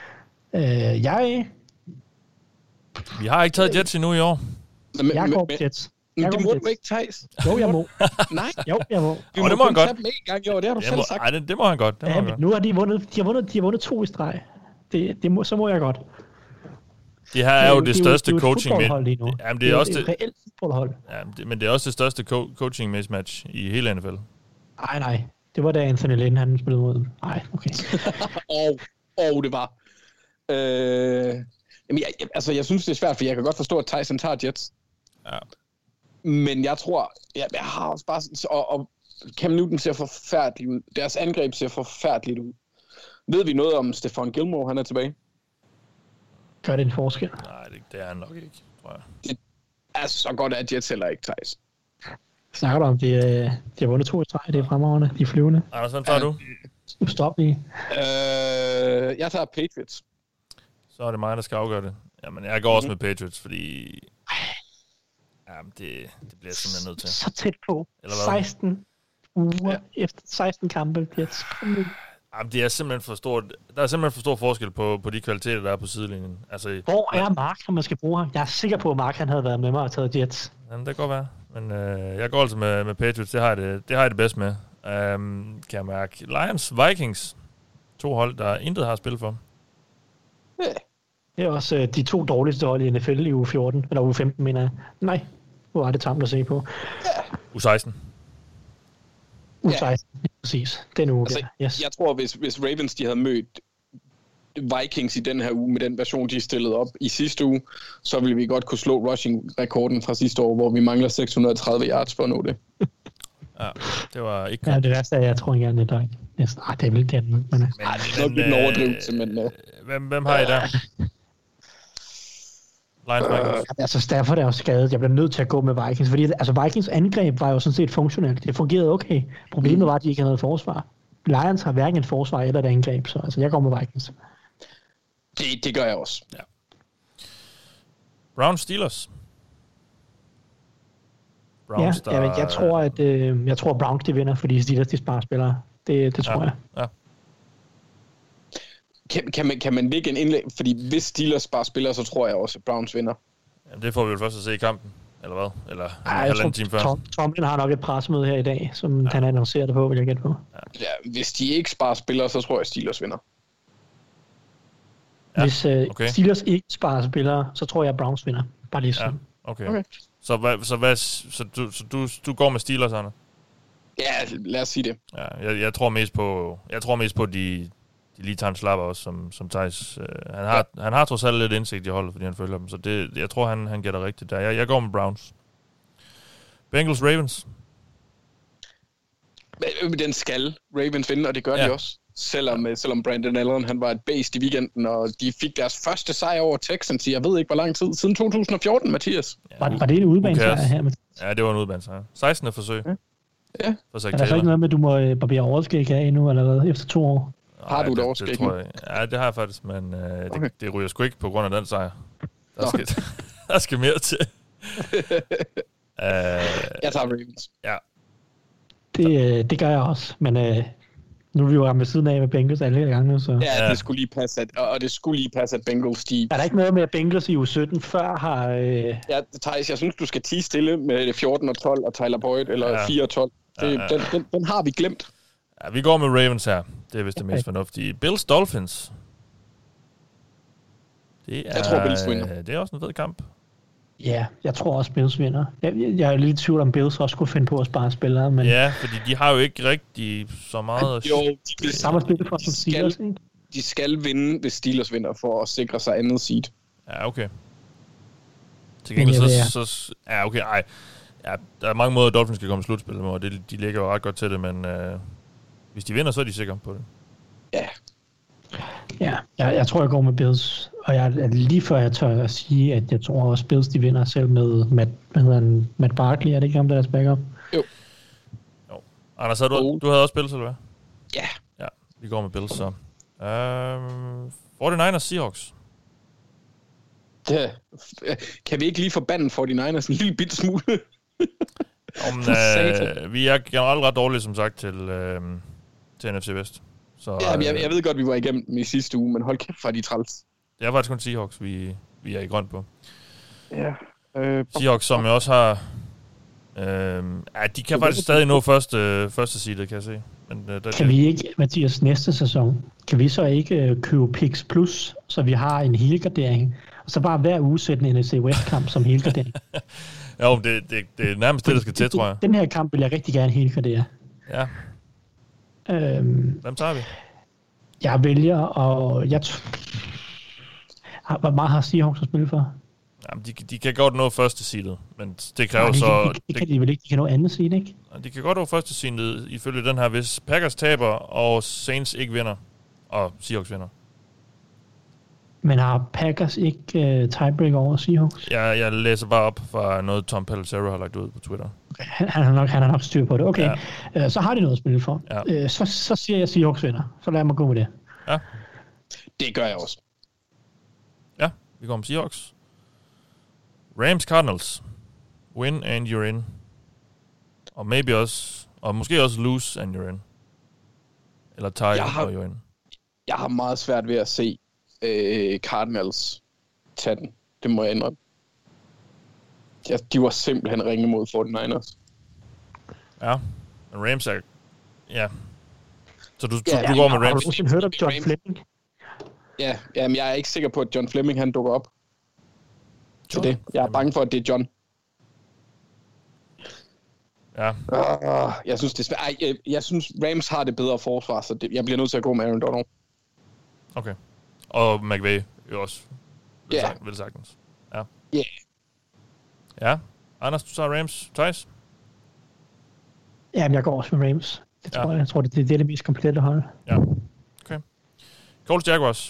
Vi har ikke taget Jets endnu i år. Jeg går Jets. Men det må du ikke, Thijs. Jo, jeg må. Nej. Jo, jeg må. Du må kun tage dem en gang i år, det har du selv sagt. Nej, det må han godt. Nu har de vundet 2 i streg. Så må jeg godt. Det her er jo det største coaching. Jamen, det er også et reelt fodboldhold. Ja, men det er også det største coaching mismatch i hele NFL. Nej. Det var da Anthony Lynn, han spillede mod dem. Nej, okay. det var. Jamen, jeg synes, det er svært, for jeg kan godt forstå, at Tyson tager Jets. Ja. Men jeg tror, jeg har også bare... Og Cam Newton ser forfærdeligt ud. Deres angreb ser forfærdeligt ud. Ved vi noget om Stephon Gilmore, han er tilbage? Gør det en forskel? Nej, det er han nok ikke, tror jeg. Det er så godt, at Jets heller ikke, Thijs. Snakker du om, de har vundet 2 i streg, det er fremragende, de er flyvende. Anders, hvem tager du? Stop lige. Jeg tager Patriots. Så er det mig, der skal afgøre det. Jamen, jeg går også med Patriots, fordi... Jamen, det bliver jeg simpelthen nødt til. Så tæt på. 16 uger efter 16 kampe. Jamen, det er simpelthen for stort. Der er simpelthen for stor forskel på de kvaliteter, der er på sidelinjen. Altså, hvor er Mark, når man skal bruge ham? Jeg er sikker på, at Mark han havde været med mig og taget Jets. Jamen, det kan godt være. Men jeg går altså med Patriots. Det har jeg det bedst med. Kan jeg mærke. Lions, Vikings. 2 hold, der intet har spillet for. Det er også de 2 dårligste hold i NFL i uge 14. Eller uge 15, mener jeg. Nej, hvor er det tamt at se på. Uge 16. Uge 16, præcis. Den uge altså, yes. Jeg tror, hvis Ravens de havde mødt Vikings i den her uge, med den version, de stillede op i sidste uge, så ville vi godt kunne slå rushing-rekorden fra sidste år, hvor vi mangler 630 yards for at nå det. Ja, det var ikke... Ja, det værste er, jeg tror ikke, det er ikke. Det er vel den. Men det er nok lidt en overdrivelse, men... Hvem har I der? Lions, Vikings. Altså, Stafford er jo skadet. Jeg bliver nødt til at gå med Vikings, fordi altså, Vikings angreb var jo sådan set funktionelt. Det fungerede okay. Problemet var, at de ikke havde noget forsvar. Lions har hverken et forsvar eller et angreb, så altså, jeg går med Vikings. Det gør jeg også. Ja. Browns, Steelers. Browns, jeg tror, Browns de vinder, fordi Steelers de sparer spillere. Det tror jeg. Ja. Kan man lægge en indlæg? Fordi hvis Steelers bare spiller, så tror jeg også, at Browns vinder. Jamen, det får vi jo først at se i kampen, eller hvad? Eller halvanden time før. Tomlin har nok et pressemøde her i dag, som han annoncerer det på, vil jeg gætte på. Ja, hvis de ikke sparer spillere, så tror jeg, at Steelers vinder. Ja, hvis Steelers ikke sparer spillere, så tror jeg, at Browns vinder. Bare lige sådan. Ja, okay. Så du går med Steelers, Anna? Ja, lad os sige det. Ja, jeg tror mest på, de lige tager en slapper også, som Thijs. Han har trods alt lidt indsigt i holdet, fordi han følger dem, så jeg tror, han gætter rigtigt der. Jeg går med Browns. Bengals, Ravens. Den skal Ravens vinde, og det gør de også. Selvom Brandon Allen han var et based i weekenden, og de fik deres første sejr over Texans i, jeg ved ikke, hvor lang tid, siden 2014, Mathias. Var det en udbanesejr her, Mathias? Ja, det var en udbanesejr. 16. forsøg. Ja. Er der så ikke noget med, at du må barbere overskæg af endnu, eller hvad, efter 2 år? Har du det overskæg? Ja, det har jeg faktisk, men det ryger sgu ikke på grund af den sejr. Der skal mere til. Jeg tager Ravens. Ja. Det gør jeg også, men nu er vi jo ramt ved siden af med Bengals alle gange. Så. Ja, det skulle lige passe, at Bengals de... Er der ikke noget med, at Bengals i uge 17 før har... Ja, Thijs, jeg synes, du skal tie stille med 14 og 12 og Tyler Boyd, eller 4 og 12. Den har vi glemt. Ja, vi går med Ravens her. Det er vist det mest fornuftige. Bills, Dolphins. Jeg tror, Bills vinder. Det er også en fed kamp. Ja, jeg tror også, Bills vinder. Jeg er lidt i tvivl om, Bills også kunne finde på at spare spillere. Men... Ja, fordi de har jo ikke rigtig så meget... Jo, de skal vinde, hvis Steelers vinder, for at sikre sig andet seed. Ja, okay. Til gengæld ja, okay, ej. Ja, der er mange måder, Dolphins skal komme i slutspillet med, og de ligger jo ret godt til det, men hvis de vinder, så er de sikre på det. Ja, jeg tror, jeg går med Bills. Og jeg er lige før jeg tør at sige, at jeg tror også, Bills de vinder selv med Matt Barkley. Er det ikke ham, der er backup? Jo. Anders, du havde også Bills, eller hvad? Ja. Ja, vi går med Bills, så. 49ers Seahawks. Ja. Kan vi ikke lige forbandet 49ers en lille bitte smule? Vi er generelt ret dårlige, som sagt, til NFC Vest. Så, jeg ved godt, vi var igennem dem i sidste uge, men hold kæft for de træls. Det er faktisk kun Seahawks, vi er i grønt på. Ja. Seahawks, som jeg også har... de kan faktisk stadig nå første seedet, kan jeg se. Men, kan vi ikke, Mathias, næste sæson, kan vi så ikke købe Pix Plus, så vi har en helgardering, og så bare hver uge sætte en NFC West-kamp som helgardering? Jo, det er nærmest det, der skal til, tror jeg. Den her kamp vil jeg rigtig gerne helgardere. Ja. Hvem tager vi? Jeg vælger, og hvor meget har Seahawks at spille for? Jamen, de kan godt nå første seedet, men det kræver så... Det kan de vel ikke, de kan nå andet seed, ikke? De kan godt nå første seedet, ifølge den her, hvis Packers taber, og Saints ikke vinder, og Seahawks vinder. Men har Packers ikke tiebreaker over Seahawks? Jeg læser bare op fra noget, Tom Pelissero har lagt ud på Twitter. Okay, han har nok styr på det. Okay, så har de noget at spille for. Ja. Så siger jeg Seahawks vinder. Så lad mig gå med det. Ja. Det gør jeg også. Ja, vi går med Seahawks. Rams Cardinals. Win and you're in. Og måske også lose and you're in. Eller tie and you're in. Jeg har meget svært ved at se Cardinals tage den. Det må jeg indrømme. De var simpelthen ringe mod 49ers. Ja, men Rams er... Ja. Så du går med Rams. Har du nogensinde hørt om John Fleming? Ja, men jeg er ikke sikker på, at John Fleming han dukker op. Til det. Jeg er bange for, at det er John. Ja. Jeg synes, det er svært. Jeg synes, Rams har det bedre forsvar, så jeg bliver nødt til at gå med Aaron Donald. Okay. Og McVay jo også. Vel sagtens. Ja. Yeah. Ja. Anders, du tager Rams. Thijs? Jamen, jeg går også med Rams. Jeg tror, det er det mest komplette hold. Ja. Okay. Colts Jaguars.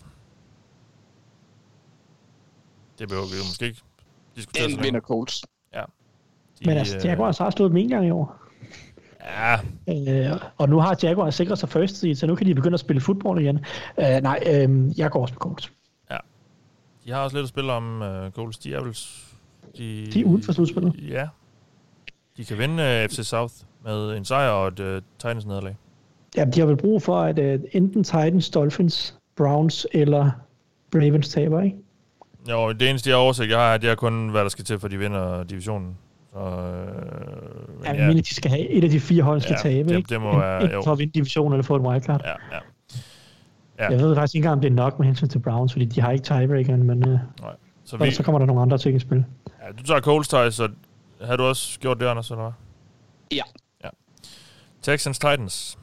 Det behøver vi jo måske ikke diskutere. Den vinder Colts. Ja. Men altså, Jaguars har slået dem en gang i år. Ja. Og nu har Jaguars sikret sig first seed, så nu kan de begynde at spille fodbold igen. Jeg går også med Colts. Ja. De har også lidt at spille om Colts. De er vel... De er uden for slutspillet. Ja. De kan vinde FC South med en sejr og et Titans nederlag. Ja, de har vel brug for, at enten Titans, Dolphins, Browns eller Ravens taber, ikke? Jo, det eneste, jeg har oversigt, det er kun, hvad der skal til, for de vinder divisionen. Så, jeg mener, de skal have et af de 4 hold, skal tabe, ikke? Det må være, jo. For at vinde divisionen eller få et wildcard. Ja. Jeg ved faktisk ikke engang, om det er nok med hensyn til Browns, fordi de har ikke tiebreakeren, men nej. Så kommer der nogle andre ting i spil. Ja, du tager Colts, Thijs, så har du også gjort det, Anders, eller hvad? Ja. Texans Titans.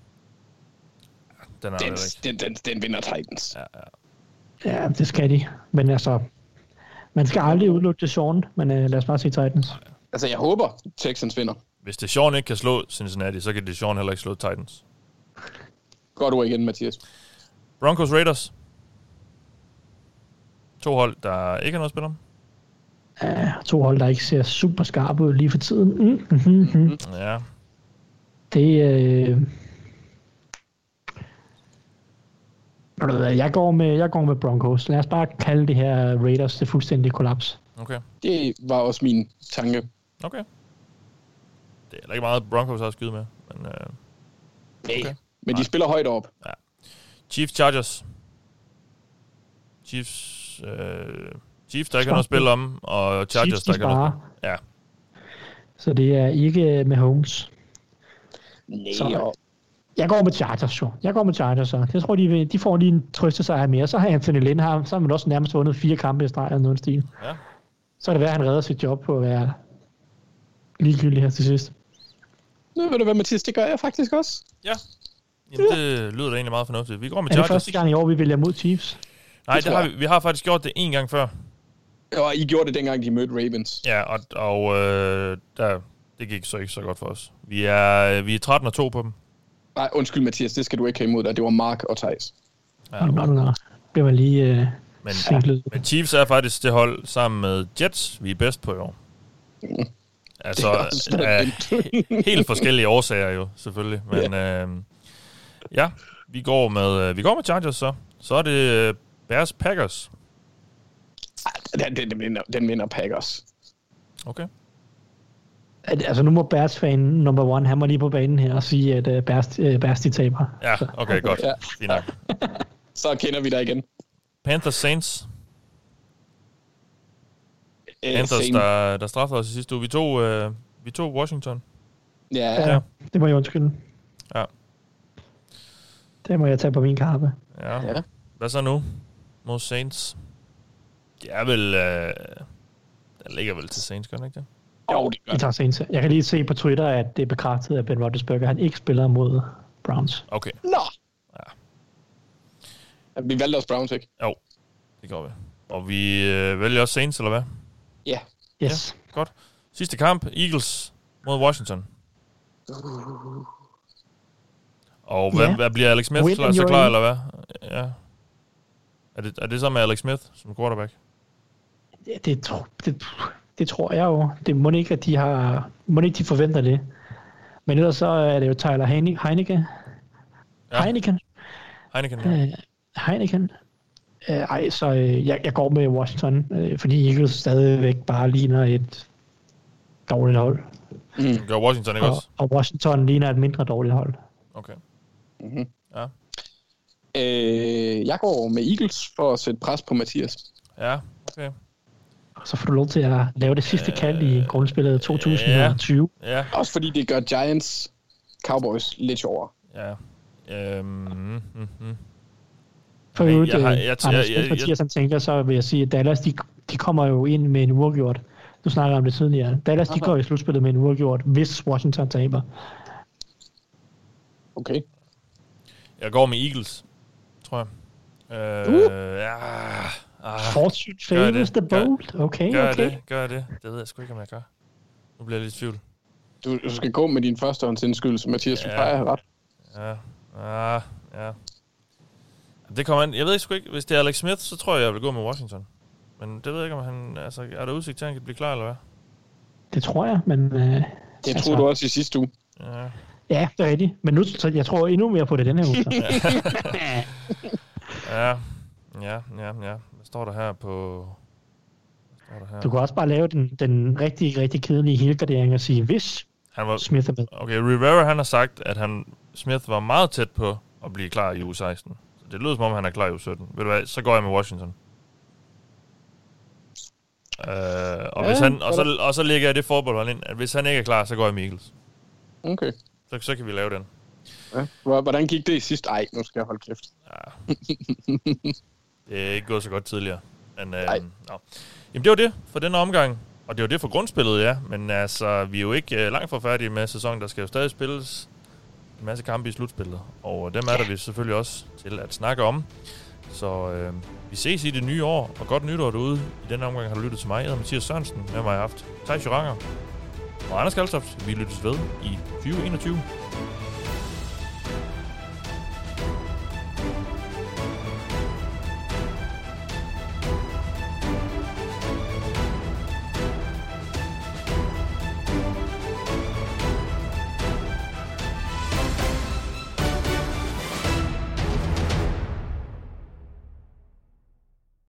Den vinder Titans. Ja, det skal de. Men altså, man skal aldrig udelukke det Sean, men lad os bare sige Titans. Altså, jeg håber, Texans vinder. Hvis det Sean ikke kan slå Cincinnati, så kan det Sean heller ikke slå Titans. Godt ord igen, Mathias. Broncos Raiders. 2 hold, der ikke har noget at spille om. Ja, 2 hold, der ikke ser super skarpe ud lige for tiden. Ja. Det jeg går med Broncos. Lad os bare kalde det her Raiders det fuldstændige kollaps. Okay. Det var også min tanke. Okay. Det er heller ikke meget Broncos har at skyde med. Men, okay. Men de spiller højt op. Ja. Chiefs Chargers. Chiefs, der ikke har noget at spille om, og Chargers, der ikke har noget. Ja. Så det er ikke med Holmes. Nej. Jeg går med Chargers, jo. Så jeg tror, de får lige en trøstesejr mere. Så har Anthony Lynn her, så har man også nærmest vundet 4 kampe i streg eller noget stil. Ja. Så er det værd, at han redder sit job på at være ligegyldig her til sidst. Nu ved du hvad, Mathias, det gør jeg faktisk også. Ja. Jamen, det lyder da egentlig meget fornuftigt. Vi går med Chargers. Er det første gang i år, vi vælger mod Chiefs? Nej, det har vi har faktisk gjort det 1 gang før. Ja, I gjorde det dengang, de mødte Ravens. Ja, og det gik så ikke så godt for os. Vi er 13-2 på dem. Nej, undskyld Mathias, det skal du ikke have imod dig. Det var Mark og Thijs. Ja, Nå. Det var lige men Chiefs er faktisk det hold sammen med Jets, vi er bedst på i år. Altså, helt forskellige årsager jo, selvfølgelig. Men ja, vi går med Chargers så. Så er det Bears Packers. Den vinder Packers. Okay. Altså nu må Bears-fan number 1, han må lige på banen her og sige, at Bears de taber. Ja, okay, godt. Ja. Fint nok. Så kender vi dig igen. Panthers Saints. Panthers, der straffede os i sidste uge. Vi tog Washington. Ja. Det må jeg undskylde. Ja. Det må jeg tage på min kappe. Ja. Hvad så nu mod Saints? Det er vel... der ligger vel til Saints, gør den ikke det? Jo, det gør det. Tager Saints. Jeg kan lige se på Twitter, at det er bekræftet, at Ben Roethlisberger han ikke spiller mod Browns. Okay. Nå! Ja. Vi valgte også Browns, ikke? Jo, det går vi. Og vi vælger også Saints, eller hvad? Ja. Yes. Ja, godt. Sidste kamp, Eagles mod Washington. Og hvad bliver Alex Smith så klar, eller hvad? Ja. Er det så med Alex Smith som quarterback? Det tror jeg jo. Det må ikke, at de forventer det. Men ellers så er det jo Tyler Heineken. Ja. Heineken. Så jeg går med Washington, fordi Eagles stadigvæk bare ligner et dårligt hold. Gør Washington ikke også? Og Washington ligner et mindre dårligt hold. Okay. Mm-hmm. Ja. Jeg går med Eagles for at sætte pres på Mathias. Ja, okay. Så får du lov til at lave det sidste kald i grundspillet 2020. Ja. Også fordi det gør Giants Cowboys lidt sjovere. Ja. For øvrigt, Mathias han tænker, så vil jeg sige, at Dallas, de kommer jo ind med en uafgjort. Du snakker om det tidligere. Dallas, de går i slutspillet med en uafgjort, hvis Washington taber. Okay. Jeg går med Eagles, tror jeg. Fortune favors the bold. Okay. Gør det. Det ved jeg sgu ikke, om jeg gør. Nu bliver jeg lidt i tvivl. Du skal gå med din førstehåndsindskydelse, Mathias. Du plejer at have ret. Ja. Det kommer an. Jeg ved sgu ikke. Hvis det er Alex Smith, så tror jeg vil gå med Washington. Men det ved jeg ikke, om han... Altså, er der udsigt til, at han kan blive klar, eller hvad? Det tror jeg, men... det troede du også i sidste uge. Ja, det er rigtigt. Men nu, så jeg tror endnu mere på det denne her uge. Ja. Hvad står der her på... Du kan også bare lave den rigtig, rigtig kedelige helgardering og sige, hvis Smith er med. Okay, Rivera han har sagt, at Smith var meget tæt på at blive klar i uge 16. Så det lyder som om, han er klar i uge 17. Ved du hvad, så går jeg med Washington. Og så lægger jeg det forbehold ind, at hvis han ikke er klar, så går jeg med Eagles. Okay. Så kan vi lave den. Ja. Hvordan gik det i sidst? Ej, nu skal jeg holde kæft. Ja. Det er ikke gået så godt tidligere. Men, Jamen, det var det for denne omgang. Og det var det for grundspillet, ja. Men altså, vi er jo ikke langt fra færdige med sæsonen. Der skal jo stadig spilles en masse kampe i slutspillet. Og dem er der vi selvfølgelig også til at snakke om. Så vi ses i det nye år, og godt nytår derude. I denne omgang har du lyttet til mig. Jeg hedder Mathias Sørensen. Med mig har haft Thijs Joranger og Anders Kaltoft. Vi lyttes ved i 2021.